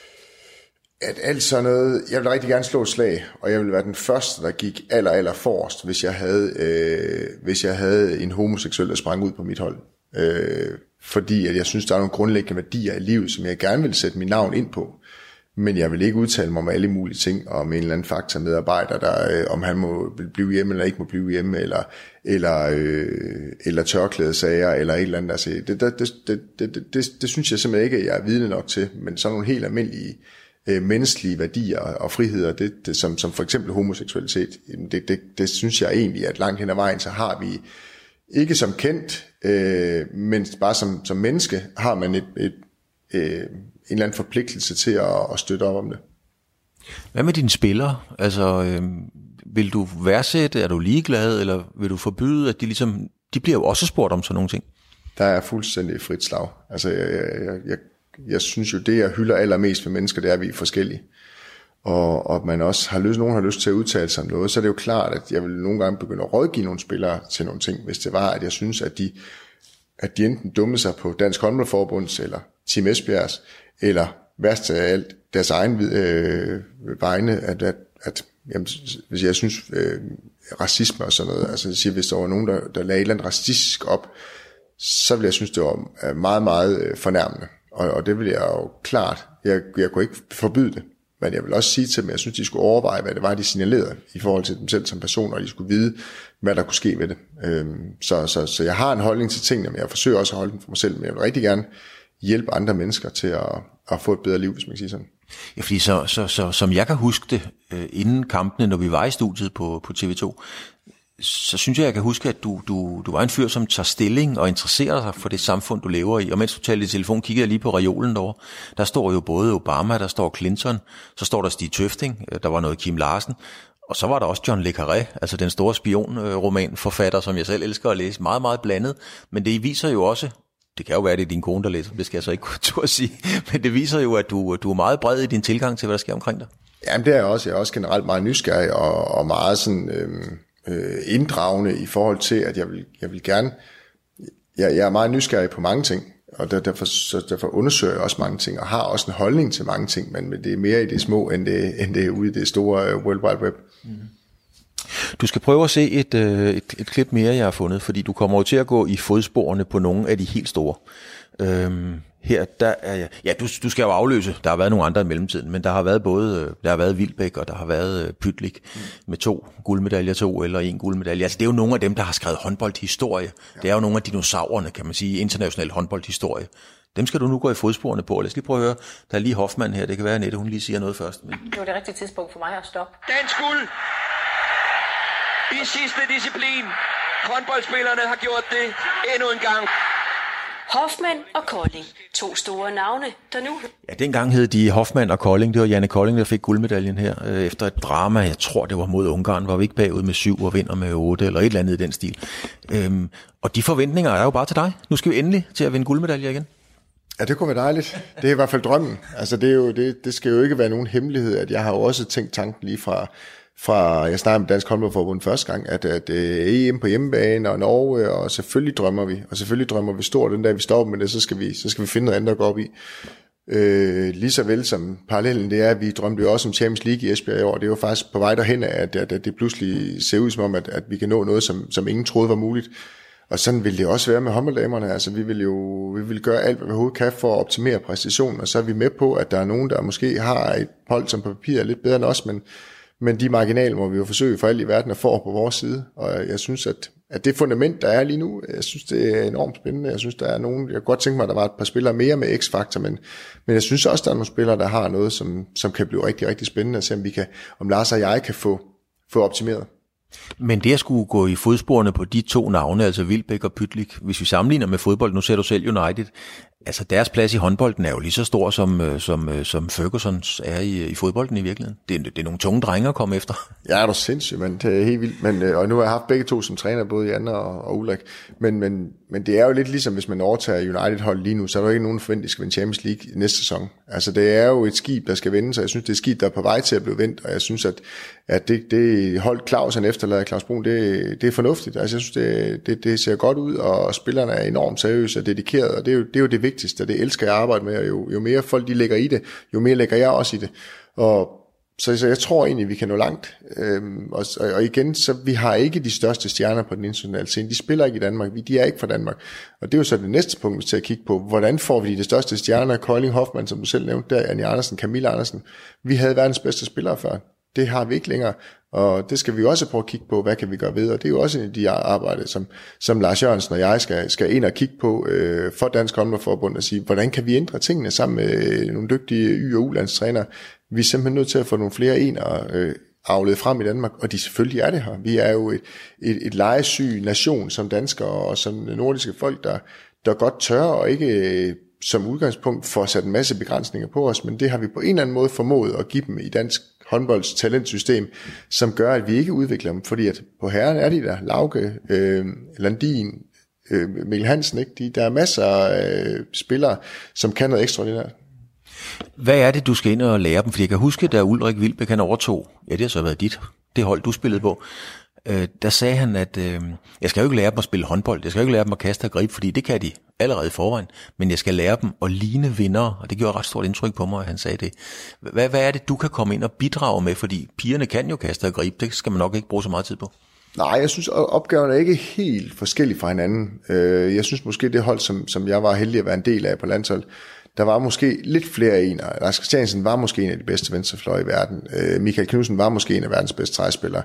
at alt sådan noget, jeg vil rigtig gerne slå et slag, og jeg vil være den første, der gik aller, aller forrest, hvis jeg havde, øh, hvis jeg havde en homoseksuel, der sprang ud på mit hold. Øh, fordi at jeg synes, der er nogle grundlæggende værdier i livet, som jeg gerne vil sætte mit navn ind på. Men jeg vil ikke udtale mig om alle mulige ting, om en eller anden faktamedarbejder, der, øh, om han må blive hjemme eller ikke må blive hjemme, eller, eller, øh, eller tørklædesager, eller et eller andet. Altså, det, det, det, det, det, det, det synes jeg simpelthen ikke, at jeg er vidne nok til, men sådan nogle helt almindelige øh, menneskelige værdier og friheder, det, det, som, som for eksempel homoseksualitet, det, det, det synes jeg egentlig, at langt hen ad vejen, så har vi ikke som kendt, øh, men bare som, som menneske, har man et, et, et, en eller anden forpligtelse til at, at støtte op om det. Hvad med dine spillere? Altså, øh, vil du værdsætte, er du ligeglad, eller vil du forbyde, at de ligesom, de bliver jo også spurgt om sådan nogle ting? Der er fuldstændig frit slag. Altså, jeg, jeg, jeg, jeg synes jo, det jeg hylder allermest ved mennesker, det er, at vi er forskellige. Og, og man også har lyst, nogen har lyst til at udtale sig om noget, så er det jo klart, at jeg vil nogle gange begynde at rådgive nogle spillere til nogle ting, hvis det var, at jeg synes, at de, at de enten dummede sig på Dansk Håndboldforbunds, eller Team Esbjergs, eller værst af alt, deres egen øh, vegne, at, at, at jamen, hvis jeg synes, øh, racisme og sådan noget, altså jeg siger, hvis der var nogen, der, der lagde et eller andet racistisk op, så ville jeg synes, det var meget, meget fornærmende. Og, og det ville jeg jo klart, jeg, jeg kunne ikke forbyde det, men jeg vil også sige til dem, at jeg synes, de skulle overveje, hvad det var, de signalerede i forhold til dem selv som personer, og de skulle vide, hvad der kunne ske ved det. Øhm, så, så, så jeg har en holdning til tingene, men jeg forsøger også at holde den for mig selv, men jeg vil rigtig gerne hjælpe andre mennesker til at, at få et bedre liv, hvis man kan sige sådan. Ja, fordi så, så, så, som jeg kan huske det, øh, inden kampene, når vi var i studiet på, på T V to, så synes jeg, jeg kan huske, at du, du, du var en fyr, som tager stilling og interesserer sig for det samfund, du lever i. Og mens du talte i telefon, kiggede jeg lige på reolen derovre. Der står jo både Obama, der står Clinton, så står der Stig Tøfting, der var noget Kim Larsen, og så var der også John le Carré, altså den store spionromanforfatter, som jeg selv elsker at læse. Meget, meget blandet, men det viser jo også, det kan jo være, at det er din kone, der læser, det skal jeg så ikke kunne sige, men det viser jo, at du, du er meget bred i din tilgang til, hvad der sker omkring dig. Jamen det er jeg også. Jeg er også generelt meget nysgerrig og, og meget sådan... Øhm inddragende i forhold til, at jeg vil, jeg vil gerne, jeg, jeg er meget nysgerrig på mange ting, og der, derfor, så derfor undersøger jeg også mange ting, og har også en holdning til mange ting, men, men det er mere i det små, end det, end det er ude i det store World Wide Web. Mm. Du skal prøve at se et, et, et klip mere, jeg har fundet, fordi du kommer jo til at gå i fodsporene på nogle af de helt store. Øhm, her, der er jeg, ja, du, du skal jo afløse, der har været nogle andre i mellemtiden, men der har været både, der har været Wilbæk, og der har været Pytlik mm. med to guldmedaljer, to eller en guldmedalje. Altså det er jo nogle af dem, der har skrevet håndboldhistorie. Ja. Det er jo nogle af dinosaurerne, kan man sige, international håndboldhistorie. Dem skal du nu gå i fodsporene på. Lad os lige prøve at høre, der er lige Hoffmann her, det kan være, Annette, hun lige siger noget først. Men... Det var det rigtige tidspunkt for mig at stoppe. Dansk guld i sidste disciplin. Håndboldspillerne har gjort det endnu en gang. Hoffmann og Kolding. To store navne, der nu... Ja, dengang hed de Hoffmann og Kolding. Det var Janne Kolding, der fik guldmedaljen her. Øh, efter et drama, jeg tror det var mod Ungarn, var vi ikke bagud med syv og vinder med otte, eller et eller andet i den stil. Øhm, og de forventninger er jo bare til dig. Nu skal vi endelig til at vinde guldmedaljer igen. Ja, det kunne være dejligt. Det er i hvert fald drømmen. Altså, det, er jo, det, det skal jo ikke være nogen hemmelighed, at jeg har jo også tænkt tanken lige fra, fra jeg snakkede med Dansk Håndboldforbund første gang, at, at E M på hjemmebane og Norge, og selvfølgelig drømmer vi, og selvfølgelig drømmer vi stort, den dag vi står med det, så skal vi, så skal vi finde noget andet at gå op i. Øh, lige så vel som parallellen det er, at vi drømte jo også om Champions League i Esbjerg i år. Det er jo faktisk på vej derhen, at, at, at det pludselig ser ud som om, at, at vi kan nå noget, som, som ingen troede var muligt. Og sådan vil det også være med håndbolddamerne. Altså vi vil jo vi vil gøre alt, hvad vi overhovedet kan for at optimere præstationen, og så er vi med på, at der er nogen, der måske har et hold, som på papir er lidt bedre end os, men, men de marginaler må vi jo forsøge for alt i verden at få på vores side. Og jeg synes, at, at det fundament, der er lige nu, jeg synes, det er enormt spændende. Jeg synes, der er nogen, jeg kunne godt tænke mig, at der var et par spillere mere med X-faktor, men, men jeg synes også, der er nogle spillere, der har noget, som, som kan blive rigtig, rigtig spændende at se, om vi kan, om Lars og jeg kan få, få optimeret. Men det at skulle gå i fodsporene på de to navne, altså Wilbek og Pytlik, hvis vi sammenligner med fodbold, nu ser du selv United, altså deres plads i håndbolden er jo lige så stor, som, som, som Fergusons er i, i fodbolden i virkeligheden. Det er, det er nogle tunge drenge at komme efter. Ja, det er sindssygt, men det er helt vildt. Men, og nu har jeg haft begge to som træner, både Jan og, og Ulrik. Men, men, men det er jo lidt ligesom, hvis man overtager United-hold lige nu, så er der jo ikke nogen forventning, at skal vinde Champions League næste sæson. Altså det er jo et skib, der skal vende, så jeg synes, det er et skib, der er på vej til at blive vendt, og jeg synes, at, at det, det hold Claus, han efterlader Claus Brun, det, det er fornuftigt. Altså jeg synes, det, det, det ser godt ud, og spillerne er enormt seriøse og dedikerede, og det er jo det, er jo det vigtigste, det elsker jeg at arbejde med, og jo, jo mere folk de lægger i det, jo mere lægger jeg også i det. Og så, så jeg tror egentlig, vi kan nå langt. Øhm, og, og igen, så vi har ikke de største stjerner på den internationale scene. De spiller ikke i Danmark, de er ikke fra Danmark. Og det er jo så det næste punkt, vi skal kigge på. Hvordan får vi de største stjerner? Kolding Hoffmann, som du selv nævnte, der, Anja Andersen, Camilla Andersen. Vi havde verdens bedste spillere før. Det har vi ikke længere, og det skal vi også prøve at kigge på, hvad kan vi gøre ved, og det er jo også en af de arbejde, som, som Lars Jørgensen og jeg skal, skal ind og kigge på øh, for Dansk Håndboldforbund og sige, hvordan kan vi ændre tingene sammen med nogle dygtige Y- og U-landstrænere. Vi er simpelthen nødt til at få nogle flere ener øh, avlet frem i Danmark, og de selvfølgelig er det her. Vi er jo et, et, et legesyg nation som danskere og som nordiske folk, der, der godt tør og ikke øh, som udgangspunkt får sat en masse begrænsninger på os, men det har vi på en eller anden måde formået at give dem i dansk håndbolds talentsystem, som gør, at vi ikke udvikler dem, fordi at på herren er de der, Lauke, øh, Landin, øh, Mikkel Hansen, ikke? De, der er masser af øh, spillere, som kan noget ekstraordinært. Hvad er det, du skal ind og lære dem? Fordi jeg kan huske, da Ulrik Wilbek han overtog, ja det har så været dit, det hold du spillede på, øh, der sagde han, at øh, jeg skal jo ikke lære dem at spille håndbold, jeg skal jo ikke lære dem at kaste og gribe, fordi det kan de allerede i forvejen, men jeg skal lære dem at ligne vindere, og det gjorde ret stort indtryk på mig, at han sagde det. Hvad, hvad er det, du kan komme ind og bidrage med, fordi pigerne kan jo kaste og gribe, det skal man nok ikke bruge så meget tid på. Nej, jeg synes, at opgaven er ikke helt forskellig fra hinanden. Jeg synes måske, det hold, som, som jeg var heldig at være en del af på landshold, der var måske lidt flere ener. Lars Christiansen var måske en af de bedste venstrefløje i verden. Michael Knudsen var måske en af verdens bedste træspillere.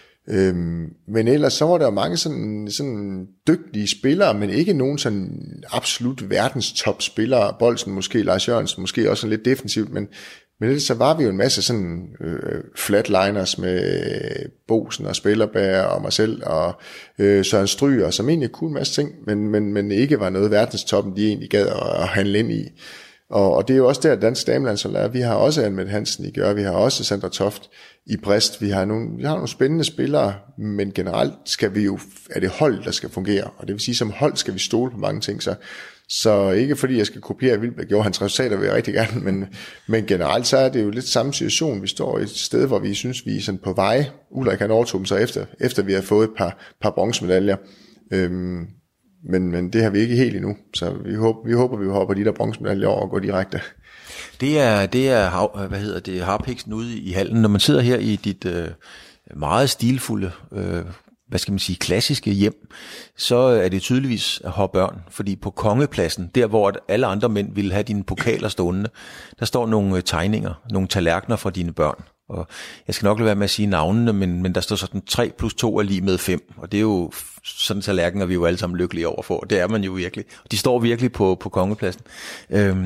Øhm, men ellers så var der jo mange sådan, sådan dygtige spillere, men ikke nogen sådan absolut verdens top spillere. Bolsen måske, Lars Jørgensen måske også lidt defensivt, men, men ellers så var vi jo en masse sådan øh, flatliners med Bosen og Spillerberg og mig selv og øh, Søren Stryger, som egentlig kunne en masse ting, men, men, men ikke var noget verdenstoppen, de egentlig gad at, at handle ind i. Og, og det er jo også der, dansk damelandshold er. Vi har også Anne Hansen i Gør, vi har også Sandra Toft i Brest, vi har nogle, vi har nogle spændende spillere, men generelt skal vi jo, er det hold, der skal fungere, og det vil sige, som hold skal vi stole på mange ting, så, så ikke fordi jeg skal kopiere Wilbek, jo, hans resultater vil jeg rigtig gerne, men, men generelt så er det jo lidt samme situation, vi står i et sted, hvor vi synes, vi er sådan på vej. Ulrik han overtog dem så efter, efter vi har fået et par, par bronzemedaljer, øhm, Men, men det har vi ikke helt endnu, så vi håber, vi håber, vi hopper de der bronzemedaljer over og går direkte. Det er, det er, hvad hedder det, harpiksen ude i hallen. Når man sidder her i dit øh, meget stilfulde, øh, hvad skal man sige, klassiske hjem, så er det tydeligvis at have børn, fordi på Kongepladsen, der hvor alle andre mænd ville have dine pokaler stående, der står nogle tegninger, nogle tallerkener fra dine børn. Og jeg skal nok lade være med at sige navnene, men, men der står sådan tre plus to er lige med fem, og det er jo sådan tallerkener, vi er jo alle sammen lykkelige over for, det er man jo virkelig. De står virkelig på, på Kongepladsen. Øhm,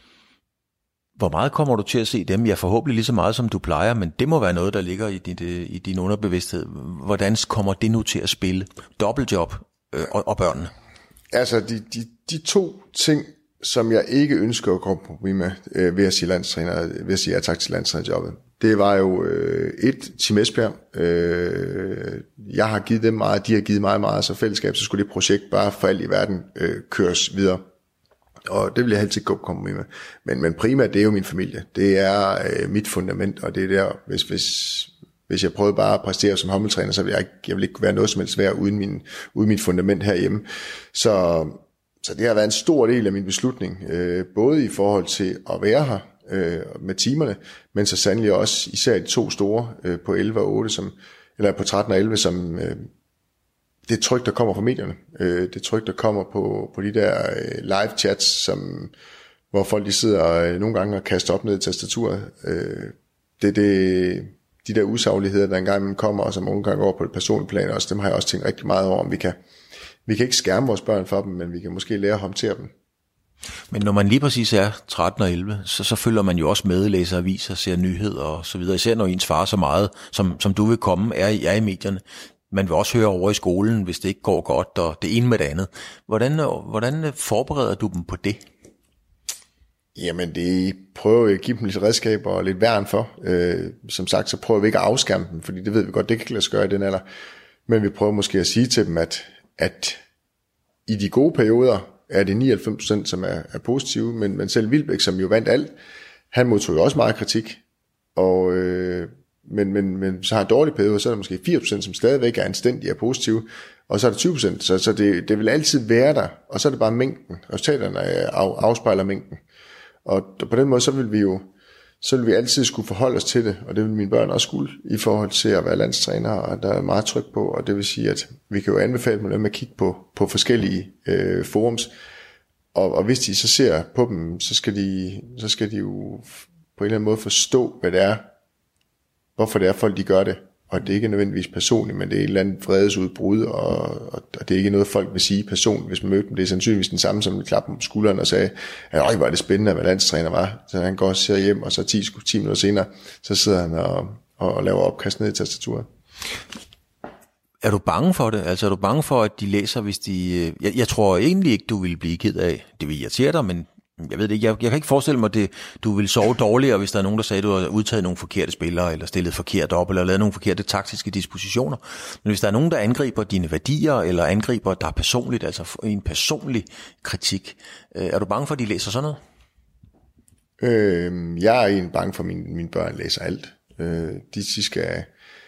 hvor meget kommer du til at se dem? Ja, forhåbentlig lige så meget, som du plejer, men det må være noget, der ligger i din, i din underbevidsthed. Hvordan kommer det nu til at spille? Dobbeltjob øh, og, og børnene? Altså, de, de, de to ting, som jeg ikke ønsker at kompromis med øh, ved at sige landstræner, ved at sige ja tak til landstrænerjobbet, det var jo øh, et Team Esbjerg. Øh, jeg har givet dem meget, de har givet mig meget, så fællesskab, så skulle det projekt bare for alt i verden øh, køres videre. Og det vil jeg altid gå på kompromis med. Men, men primært, det er jo min familie. Det er øh, mit fundament, og det er der, hvis, hvis, Hvis jeg prøvede bare at præstere som håndboldtræner, så ville jeg ikke, jeg ville ikke være noget som helst værd uden, min, uden mit fundament herhjemme. Så, så det har været en stor del af min beslutning, øh, både i forhold til at være her øh, med timerne, men så sandelig også især de to store øh, på elleve og otte, som, eller på tretten og elleve, som øh, det tryk, der kommer fra medierne. Øh, det tryk, der kommer på, på de der øh, live chats, som, hvor folk de sidder øh, nogle gange og kaster op ned i tastaturet. Øh, det det de der usagligheder, der engang kommer, og som nogle gange over på et personligt plan også, dem har jeg også tænkt rigtig meget over, om vi kan, vi kan ikke skærme vores børn for dem, men vi kan måske lære at håndtere dem. Men når man lige præcis er tretten og elleve, så, så følger man jo også med, læser aviser, ser nyheder og så videre, især når ens far så meget, som, som du vil komme, er, er i medierne. Man vil også høre over i skolen, hvis det ikke går godt, og det ene med det andet. Hvordan, hvordan forbereder du dem på det? Jamen, det prøver vi at give dem lidt redskaber og lidt værn for. Øh, som sagt, så prøver vi ikke at afskærme dem, fordi det ved vi godt, det kan ikke lade sig gøre i den alder. Men vi prøver måske at sige til dem, at, at i de gode perioder er det nioghalvfems procent, som er, er positive, men, men selv Wilbæk, som jo vandt alt, han modtog jo også meget kritik. Og, øh, men, men, men så har en dårlig periode, så er der måske firs procent, som stadigvæk er anstændige og positive, og så er der tyve procent, så, så det, det vil altid være der, og så er det bare mængden. Resultaterne af, afspejler mængden. Og på den måde, så vil vi jo så vil vi altid skulle forholde os til det, og det vil mine børn også skulle, i forhold til at være landstræner, og der er meget tryk på, og det vil sige, at vi kan jo anbefale dem at kigge på, på forskellige øh, forums, og, og hvis de så ser på dem, så skal de, så skal de jo på en eller anden måde forstå, hvad det er, hvorfor det er, folk de gør det, og det er ikke nødvendigvis personligt, men det er et eller andet vredesudbrud, og, og, og det er ikke noget, folk vil sige personligt, hvis man møder dem. Det er sandsynligvis den samme, som klappe på skulderen og sagde, at øj, hvor er det spændende, hvad landstræner var. Så han går og ser hjem, og så ti, ti minutter senere, så sidder han og, og, og laver opkast ned i tastaturet. Er du bange for det? Altså er du bange for, at de læser, hvis de... Jeg, jeg tror egentlig ikke, du vil blive ked af. Det vil irritere dig, men... Jeg ved det ikke, jeg, jeg kan ikke forestille mig, at det, du vil sove dårligere, hvis der er nogen, der sagde, at du har udtaget nogle forkerte spillere, eller stillet forkert op, eller lavet nogle forkerte taktiske dispositioner. Men hvis der er nogen, der angriber dine værdier, eller angriber dig personligt, altså en personlig kritik, øh, er du bange for, at de læser sådan noget? Øh, jeg er egentlig bange for, at mine, mine børn læser alt. Øh, de, de skal...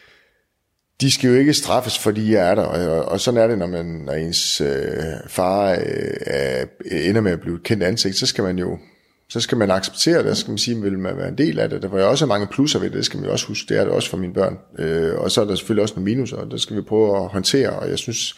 De skal jo ikke straffes, fordi jeg er der, og, og sådan er det, når, man, når ens øh, far øh, ender med at blive et kendt ansigt, så skal man jo så skal man acceptere det, så skal man sige, at vil man være en del af det. Der var jo også mange plusser ved det, det skal man jo også huske, det er det også for mine børn. Øh, og så er der selvfølgelig også nogle minuser, og det skal vi prøve at håndtere, og jeg synes,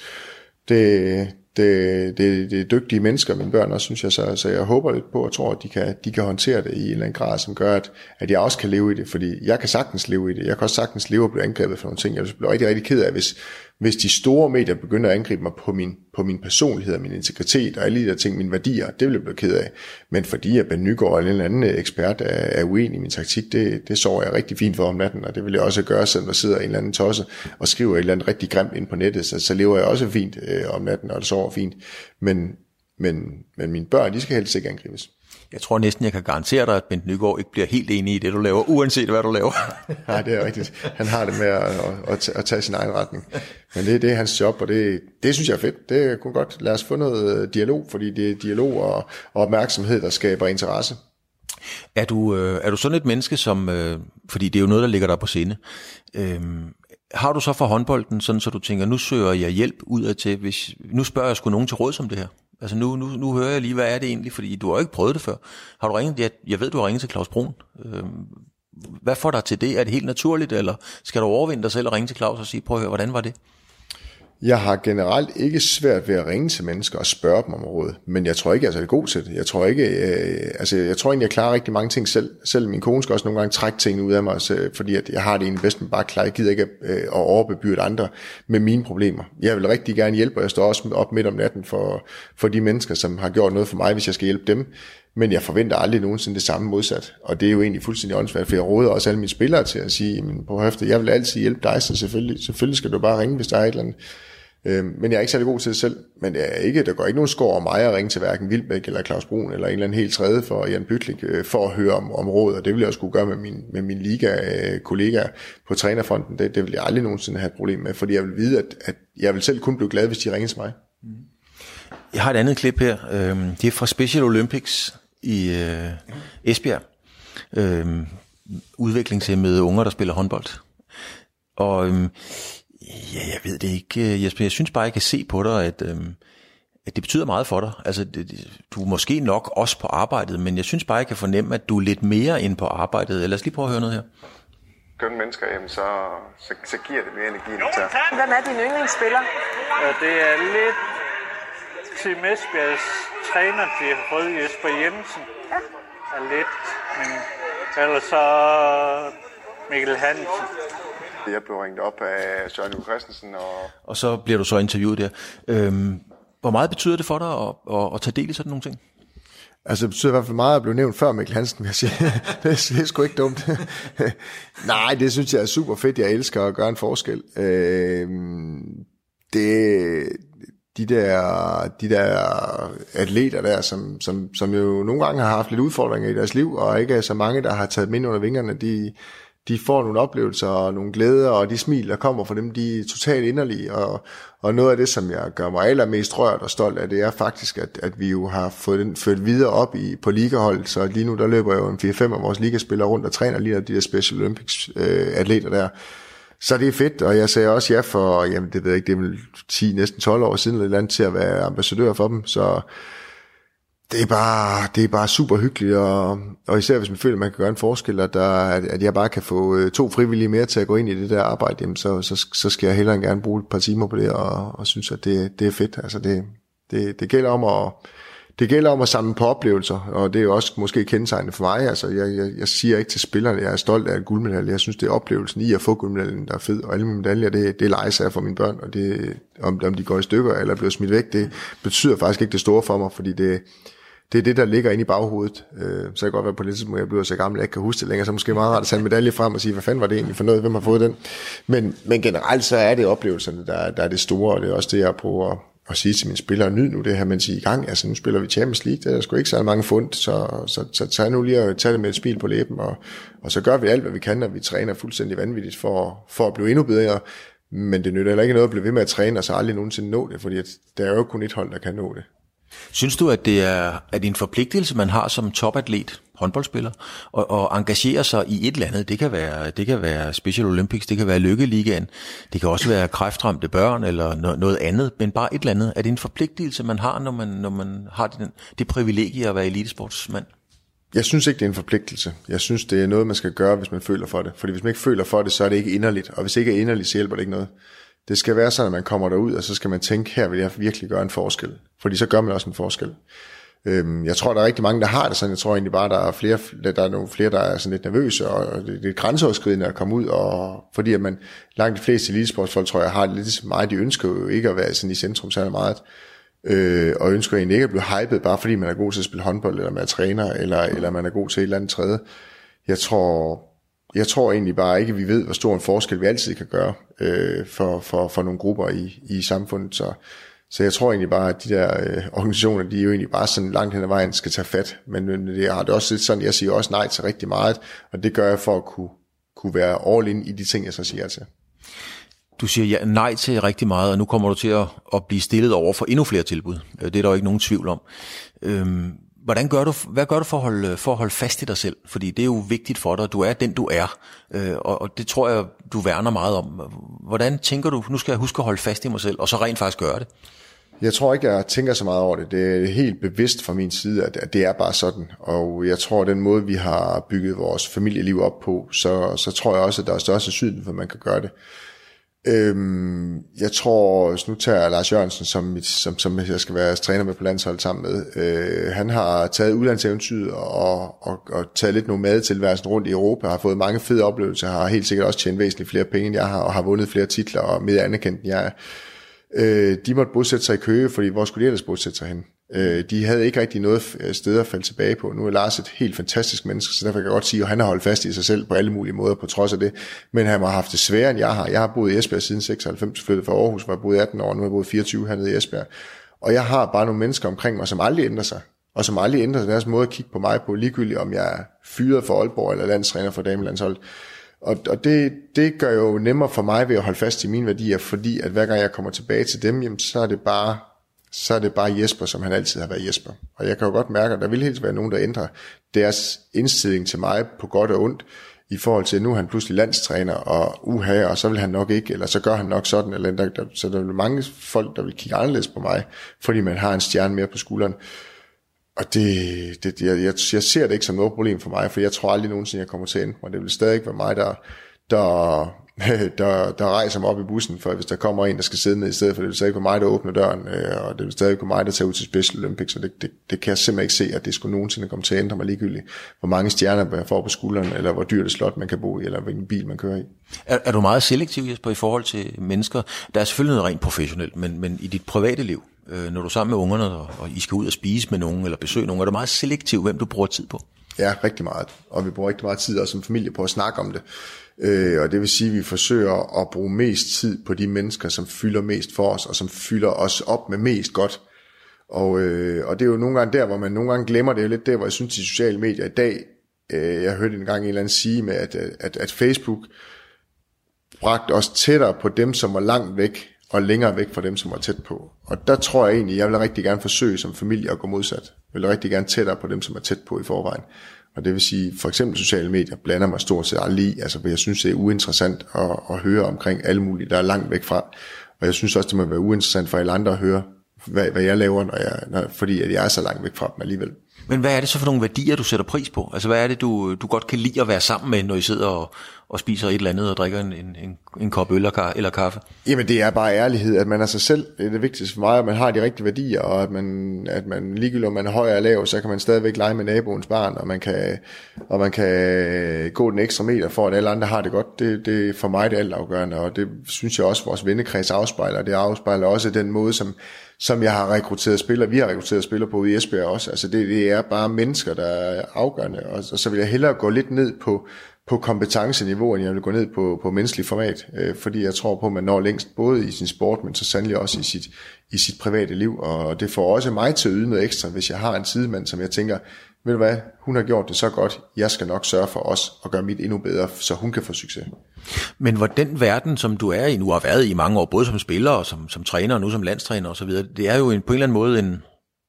det, det, det, det er dygtige mennesker, mine børn også, synes jeg, så, så jeg håber lidt på, og tror, at de kan, de kan håndtere det i en eller anden grad, som gør, at, at jeg også kan leve i det, fordi jeg kan sagtens leve i det, jeg kan også sagtens leve og blive angrebet for nogle ting, jeg bliver rigtig, rigtig ked af, hvis, hvis de store medier begynder at angribe mig på min, på min personlighed, min integritet og alle de der ting, mine værdier, det vil jeg blive ked af, men fordi at Ben Nygaard eller en eller anden ekspert er, er uenig i min taktik, det, det sover jeg rigtig fint for om natten, og det vil jeg også gøre, selvom der sidder en eller anden tosse og skriver et eller andet rigtig grimt ind på nettet, så, så lever jeg også fint øh, om natten, og det sover fint, men, men, men mine børn, de skal helst ikke angribes. Jeg tror næsten, jeg kan garantere dig, at Bent Nygaard ikke bliver helt enig i det, du laver, uanset hvad du laver. Nej, det er rigtigt. Han har det med at, at, at tage sin egen retning. Men det, det er hans job, og det, det synes jeg er fedt. Det kunne godt. Lad os få noget dialog, fordi det er dialog og, og opmærksomhed, der skaber interesse. Er du, øh, er du sådan et menneske, som, øh, fordi det er jo noget, der ligger der på sinde, øh, har du så for håndbolden, sådan så du tænker, nu søger jeg hjælp udad til, hvis, nu spørger jeg sgu nogen til råd som det her? Altså nu, nu, nu hører jeg lige, hvad er det egentlig, fordi du har ikke prøvet det før. Har du ringet? Jeg, jeg ved, du har ringet til Claus Brun. Øhm, hvad får dig til det? Er det helt naturligt, eller skal du overvinde dig selv og ringe til Claus og sige, prøv at høre, hvordan var det? Jeg har generelt ikke svært ved at ringe til mennesker og spørge dem om råd, men jeg tror ikke, jeg er god til det. Jeg tror ikke, øh, altså jeg tror egentlig, jeg klarer rigtig mange ting selv. Selv min kone skal også nogle gange trække tingene ud af mig, så, fordi at jeg har det egentlig bedst med bare klare. Jeg gider ikke øh, at overbebyrde andre med mine problemer. Jeg vil rigtig gerne hjælpe, og jeg står også op midt om natten for, for de mennesker, som har gjort noget for mig, hvis jeg skal hjælpe dem. Men jeg forventer aldrig nogensinde det samme modsat. Og det er jo egentlig fuldstændig åndssvagt, for jeg råder også alle mine spillere til at sige, på høfte, jeg vil altid hjælpe dig, så selvfølgelig, selvfølgelig skal du bare ringe, hvis der er et eller andet. Men jeg er ikke særlig god til det selv, men jeg er ikke, der går ikke nogen skår om mig at ringe til hverken Wilbæk eller Claus Brun eller en eller anden helt tredje for Jan Bytlik for at høre om, om råd, og det vil jeg også kunne gøre med min, med min liga-kollegaer på trænerfronten. Det, det vil jeg aldrig nogensinde have et problem med, fordi jeg vil vide, at, at jeg vil selv kun blive glad, hvis de ringer til mig. Jeg har et andet klip her. Det er fra Special Olympics i Esbjerg. Udviklingshæmmede unger, der spiller håndbold. Og øhm, ja, jeg ved det ikke, Jesper. Jeg synes bare, jeg kan se på dig, at, øhm, at det betyder meget for dig. Altså, det, du er måske nok også på arbejdet, men jeg synes bare, jeg kan fornemme, at du er lidt mere end på arbejdet. Lad os lige prøve at høre noget her. Kønne mennesker, jamen, så, så, så giver det mere energi. Hvem er din yndlingsspiller? Ja, det er lidt Team Esbjergs træner, de har fået, Jesper Jensen. Ja. Er lidt, men ellers så Mikkel Hansen. Jeg blev ringet op af Søren Uwe Christensen. Og... og så bliver du så interviewet der. Øhm, hvor meget betyder det for dig at, at, at tage del i sådan nogle ting? Altså, det betyder i hvert fald meget at blive nævnt før Mikkel Hansen, vil jeg sige. Det er sgu ikke dumt. Nej, det synes jeg er super fedt. Jeg elsker at gøre en forskel. Øh, det, de, der, de der atleter der, som, som, som jo nogle gange har haft lidt udfordringer i deres liv, og ikke er så mange, der har taget dem ind under vingerne, de, de får nogle oplevelser og nogle glæder, og de smil, der kommer fra dem, de er totalt inderlige. Og, og noget af det, som jeg gør mig allermest rørt og stolt af, det er faktisk, at, at vi jo har fået den ført videre op i, på ligaholdet. Så lige nu, der løber jo en fire fem af vores ligaspillere rundt og træner lige af de der Special Olympics øh, atleter der. Så det er fedt, og jeg sagde også ja for, jamen det ved jeg ikke, det er vel ti, næsten tolv år siden eller et eller andet til at være ambassadør for dem. Så det er bare, det er bare super hyggeligt, og, og især hvis man føler, at man kan gøre en forskel, at, der, at, at jeg bare kan få to frivillige mere til at gå ind i det der arbejde, jamen så, så, så skal jeg hellere gerne bruge et par timer på det, og, og synes, at det, det er fedt. Altså det, det, det gælder om at det gælder om at samle på oplevelser, og det er jo også måske kendetegnende for mig. Altså jeg, jeg, jeg siger ikke til spillerne, at jeg er stolt af et guldmedalje. Jeg synes, det er oplevelsen i at få guldmedaljen, der er fed, og alle mine medaljer, det, det er lejesager for mine børn, og det, om, om de går i stykker eller bliver smidt væk, det betyder faktisk ikke det store for mig, fordi det Det er det, der ligger inde i baghovedet. Øh, så kan godt være på lidt tidspunkt, jeg bliver så gammel, jeg ikke kan huske det længere, så måske meget rart at tage en medalje frem og sige, hvad fanden var det egentlig for noget, hvem har fået den. Men, men generelt så er det oplevelserne, der, der er det store, og det er også det, jeg prøver at, at sige til mine spillere, nyd nu det her, mens I er i gang. Altså nu spiller vi Champions League, der er sgu ikke så mange fund, så, så, så tag nu lige og tag det med et smil på læben, og, og så gør vi alt, hvad vi kan, og vi træner fuldstændig vanvittigt for, for at blive endnu bedre. Men det nytter heller ikke noget at blive ved med at træne, og så aldrig nogensinde nå det, fordi der er jo kun et hold, der kan nå det. Synes du, at det er, at det er en forpligtelse, man har som topatlet, håndboldspiller, og, og engagere sig i et eller andet? Det kan være, det kan være Special Olympics, det kan være Lykkeligaen, det kan også være kræftramte børn eller no, noget andet, men bare et eller andet. Er det en forpligtelse, man har, når man, når man har det, det privilegie at være elitesportsmand? Jeg synes ikke, det er en forpligtelse. Jeg synes, det er noget, man skal gøre, hvis man føler for det. Fordi hvis man ikke føler for det, så er det ikke inderligt. Og hvis det ikke er inderligt, så hjælper det ikke noget. Det skal være sådan, at man kommer derud, og så skal man tænke, her vil jeg virkelig gøre en forskel. Fordi så gør man også en forskel. Øhm, jeg tror, der er rigtig mange, der har det sådan. Jeg tror egentlig bare, der er flere, der er nogle flere, der er sådan lidt nervøse, og det er grænseoverskridende at komme ud, og fordi at man, langt de fleste elitesportsfolk, tror jeg, har lidt meget, de ønsker jo ikke at være sådan i centrum så meget, øh, og ønsker egentlig ikke at blive hypet, bare fordi man er god til at spille håndbold, eller man er træner, eller, eller man er god til et eller andet tredje. Jeg tror... Jeg tror egentlig bare ikke, at vi ved, hvor stor en forskel vi altid kan gøre øh, for, for, for nogle grupper i, i samfundet. Så, så jeg tror egentlig bare, at de der øh, organisationer, de er jo egentlig bare sådan langt hen ad vejen skal tage fat. Men det er det også lidt sådan, jeg siger også nej til rigtig meget, og det gør jeg for at kunne, kunne være all in i de ting, jeg så siger til. Du siger ja, nej til rigtig meget, og nu kommer du til at, at blive stillet over for endnu flere tilbud. Det er der jo ikke nogen tvivl om. Øhm Hvordan gør du, hvad gør du for at, holde, for at holde fast i dig selv? Fordi det er jo vigtigt for dig. Du er den, du er. Øh, og, og det tror jeg, du værner meget om. Hvordan tænker du, nu skal jeg huske at holde fast i mig selv, og så rent faktisk gøre det? Jeg tror ikke, jeg tænker så meget over det. Det er helt bevidst fra min side, at, at det er bare sådan. Og jeg tror, at den måde, vi har bygget vores familieliv op på, så, så tror jeg også, at der er større sandsynlighed for, at man kan gøre det. Øhm, jeg tror, hvis nu tager Lars Jørgensen, som, mit, som, som jeg skal være træner med på landsholdet sammen med, øh, han har taget udlandseventyret og, og, og taget lidt nomadetilværelsen rundt i Europa, har fået mange fede oplevelser, har helt sikkert også tjent væsentligt flere penge, end jeg har, og har vundet flere titler og mere anerkendt, end jeg er. Øh, de måtte bosætte sig i Køge, fordi hvor skulle de ellers bosætte sig hen? Øh, de havde ikke rigtig noget sted at falde tilbage på. Nu er Lars et helt fantastisk menneske, så derfor kan jeg godt sige, at han har holdt fast i sig selv på alle mulige måder på trods af det. Men han har haft det sværere, end jeg har. Jeg har boet i Esbjerg siden seksoghalvfems, flyttet fra Aarhus, hvor jeg boede atten år, nu har jeg boet fireogtyve hernede i Esbjerg. Og jeg har bare nogle mennesker omkring mig, som aldrig ændrer sig. Og som aldrig ændrer sig deres måde at kigge på mig på, ligegyldigt om jeg er fyret for Aalborg eller landstræner for damelandsholdet. Og, og det, det gør jo nemmere for mig ved at holde fast i mine værdier, fordi at hver gang jeg kommer tilbage til dem, jamen, så er det bare så er det bare Jesper, som han altid har været Jesper. Og jeg kan jo godt mærke, at der vil helt være nogen, der ændrer deres indstilling til mig på godt og ondt. i forhold til, at nu er han pludselig landstræner, og uha, og så vil han nok ikke, eller så gør han nok sådan, eller der, der, så der er mange folk, der vil kigge anderledes på mig, fordi man har en stjerne mere på skulderen. Og det, det jeg, jeg, jeg ser det ikke som noget problem for mig, for jeg tror aldrig nogensinde, jeg kommer til at ende mig. Det vil stadig ikke være mig, der, der, der, der rejser mig op i bussen, for hvis der kommer en, der skal sidde ned i stedet, for det vil stadig ikke være mig, der åbner døren, og det vil stadig ikke være mig, der tager ud til Special Olympics, så det, det, det kan jeg simpelthen ikke se, at det skulle nogensinde komme til at ændre mig ligegyldigt, hvor mange stjerner jeg får på skulderen, eller hvor dyrt et slot man kan bo i, eller hvilken bil man kører i. Er, er du meget selektiv, Jesper, i forhold til mennesker? Der er selvfølgelig noget rent professionelt, men, men i dit private liv, øh, når du er sammen med ungerne, og, og I skal ud og spise med nogen, eller besøge nogen, er du meget selektiv, hvem du bruger tid på? Ja, rigtig meget, og vi bruger rigtig meget tid også som familie på at snakke om det. Øh, og det vil sige, at vi forsøger at bruge mest tid på de mennesker, som fylder mest for os, og som fylder os op med mest godt. Og, øh, og det er jo nogle gange der, hvor man nogle gange glemmer, det er jo lidt der, hvor jeg synes, de sociale medier i dag, øh, jeg hørte en gang en eller anden sige med, at, at, at Facebook bragte os tættere på dem, som var langt væk, og længere væk fra dem, som var tæt på. Og der tror jeg egentlig, jeg vil rigtig gerne forsøge som familie at gå modsat. Jeg vil rigtig gerne tættere på dem, som er tæt på i forvejen. Og det vil sige, for eksempel sociale medier blander mig stort set aldrig i, altså jeg synes, det er uinteressant at, at høre omkring alle mulige, der er langt væk fra. Og jeg synes også, det må være uinteressant for alle andre at høre, hvad, hvad jeg laver, når jeg, når, fordi at jeg er så langt væk fra dem alligevel. Men hvad er det så for nogle værdier, du sætter pris på? Altså hvad er det, du, du godt kan lide at være sammen med, når I sidder og, og spiser et eller andet og drikker en, en, en kop øl eller kaffe? Jamen det er bare ærlighed, at man er sig selv. Det er det vigtigste for mig, at man har de rigtige værdier, og at man, at man ligegyldigt om man er høj og lav, så kan man stadigvæk lege med naboens barn, og man kan, og man kan gå den ekstra meter for, at alle andre har det godt. Det, det er for mig det altafgørende, og det synes jeg også, vores vennekreds afspejler. Det afspejler også den måde, som som jeg har rekrutteret spillere, vi har rekrutteret spillere på i Esbjerg også. Altså det, det er bare mennesker, der er afgørende, og, og så vil jeg hellere gå lidt ned på, på kompetenceniveau, end jeg vil gå ned på, på menneskelig format, øh, fordi jeg tror på, at man når længst både i sin sport, men så sandelig også i sit, i sit private liv, og det får også mig til at yde noget ekstra, hvis jeg har en sidemand, som jeg tænker, ved du hvad, hun har gjort det så godt, jeg skal nok sørge for os og gøre mit endnu bedre, så hun kan få succes. Men hvor den verden, som du er i, nu har været i mange år, både som spiller og som, som træner, og nu som landstræner og så videre, det er jo en, på en eller anden måde en,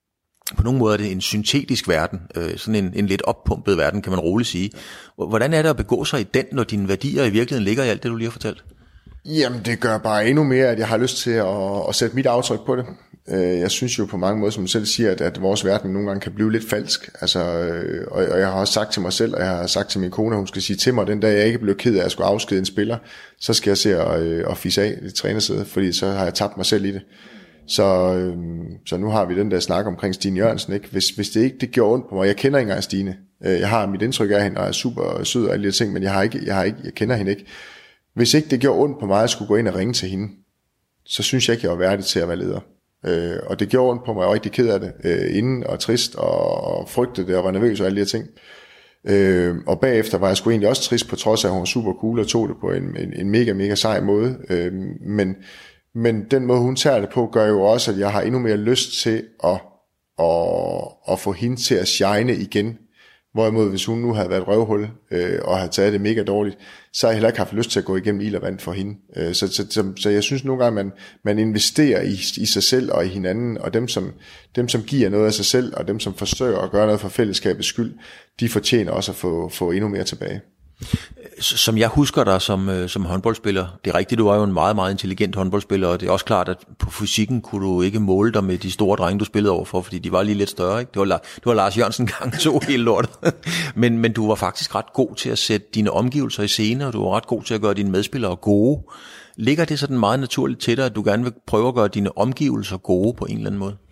på nogle måder er det en syntetisk verden, øh, sådan en, en lidt oppumpet verden, kan man roligt sige. Hvordan er det at begå sig i den, når dine værdier i virkeligheden ligger i alt det, du lige har fortalt? Jamen, det gør bare endnu mere, at jeg har lyst til at, at sætte mit aftryk på det. Jeg synes jo på mange måder, som du selv siger, at, at vores verden nogle gange kan blive lidt falsk. Altså, og, og jeg har også sagt til mig selv, og jeg har sagt til min kone, at hun skal sige til mig, den dag jeg ikke blev ked af, at jeg skulle afskede en spiller, så skal jeg se og, og fisse af i trænersædet, fordi så har jeg tabt mig selv i det. Så, øhm, så nu har vi den der snak omkring Stine Jørgensen, ikke? Hvis, hvis det ikke det gjorde ondt på mig, jeg kender ikke engang Stine. Jeg har mit indtryk af hende, og er super sød og alle de ting, men jeg har ikke, jeg har ikke, jeg kender hende ikke. Hvis ikke det gjorde ondt på mig, at jeg skulle gå ind og ringe til hende, så synes jeg ikke, jeg var værdig til at være leder. Øh, og det gjorde ondt på mig, jeg var rigtig ked af det, øh, inden og trist og frygtede det og var nervøs og alle de her ting. Øh, og bagefter var jeg sgu egentlig også trist, på trods af, at hun var super cool og tog det på en, en, en mega, mega sej måde. Øh, men, men den måde, hun tager det på, gør jo også, at jeg har endnu mere lyst til at, at, at få hende til at shine igen. Hvorimod, hvis hun nu havde været røvhul øh, og havde taget det mega dårligt, så har jeg heller ikke haft lyst til at gå igennem ild og vand for hende. Øh, så, så, så, så jeg synes nogle gange, man, man investerer i, i sig selv og i hinanden, og dem som, dem, som giver noget af sig selv, og dem, som forsøger at gøre noget for fællesskabets skyld, de fortjener også at få, få endnu mere tilbage. Som jeg husker dig som, som håndboldspiller, det er rigtigt, du var jo en meget, meget intelligent håndboldspiller, og det er også klart, at på fysikken kunne du ikke måle dig med de store drenge, du spillede overfor, fordi de var lige lidt større, ikke? Det var, det var Lars Jørgensen gang to hele lortet. men, men du var faktisk ret god til at sætte dine omgivelser i scene, og du var ret god til at gøre dine medspillere gode. Ligger det sådan meget naturligt til dig, at du gerne vil prøve at gøre dine omgivelser gode på en eller anden måde?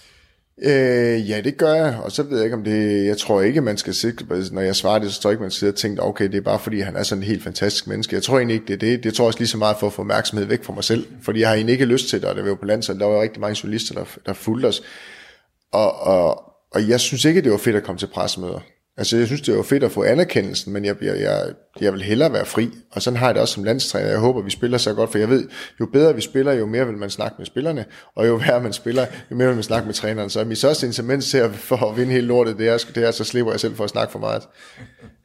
Øh, ja, det gør jeg, og så ved jeg ikke om det, jeg tror ikke, man skal sigte, når jeg svarer det, så tror jeg ikke, man sidder og tænker, okay, det er bare fordi, han er sådan en helt fantastisk menneske. Jeg tror egentlig ikke, det er det. Det tror jeg også lige så meget for at få opmærksomhed væk fra mig selv, fordi jeg har egentlig ikke lyst til det, og det var jo på landsholdet, der var jo rigtig mange journalister, der, der fulgte os, og, og, og jeg synes ikke, det var fedt at komme til pressemøder. Altså, jeg synes, det var fedt at få anerkendelsen, men jeg, jeg, jeg, jeg vil hellere være fri. Og sådan har jeg det også som landstræner. Jeg håber, vi spiller så godt, for jeg ved, jo bedre vi spiller, jo mere vil man snakke med spillerne, og jo værre man spiller, jo mere vil man snakke med træneren. Så mit største incitament til at, for at vinde hele lortet, det er, det er, så slipper jeg selv for at snakke for meget.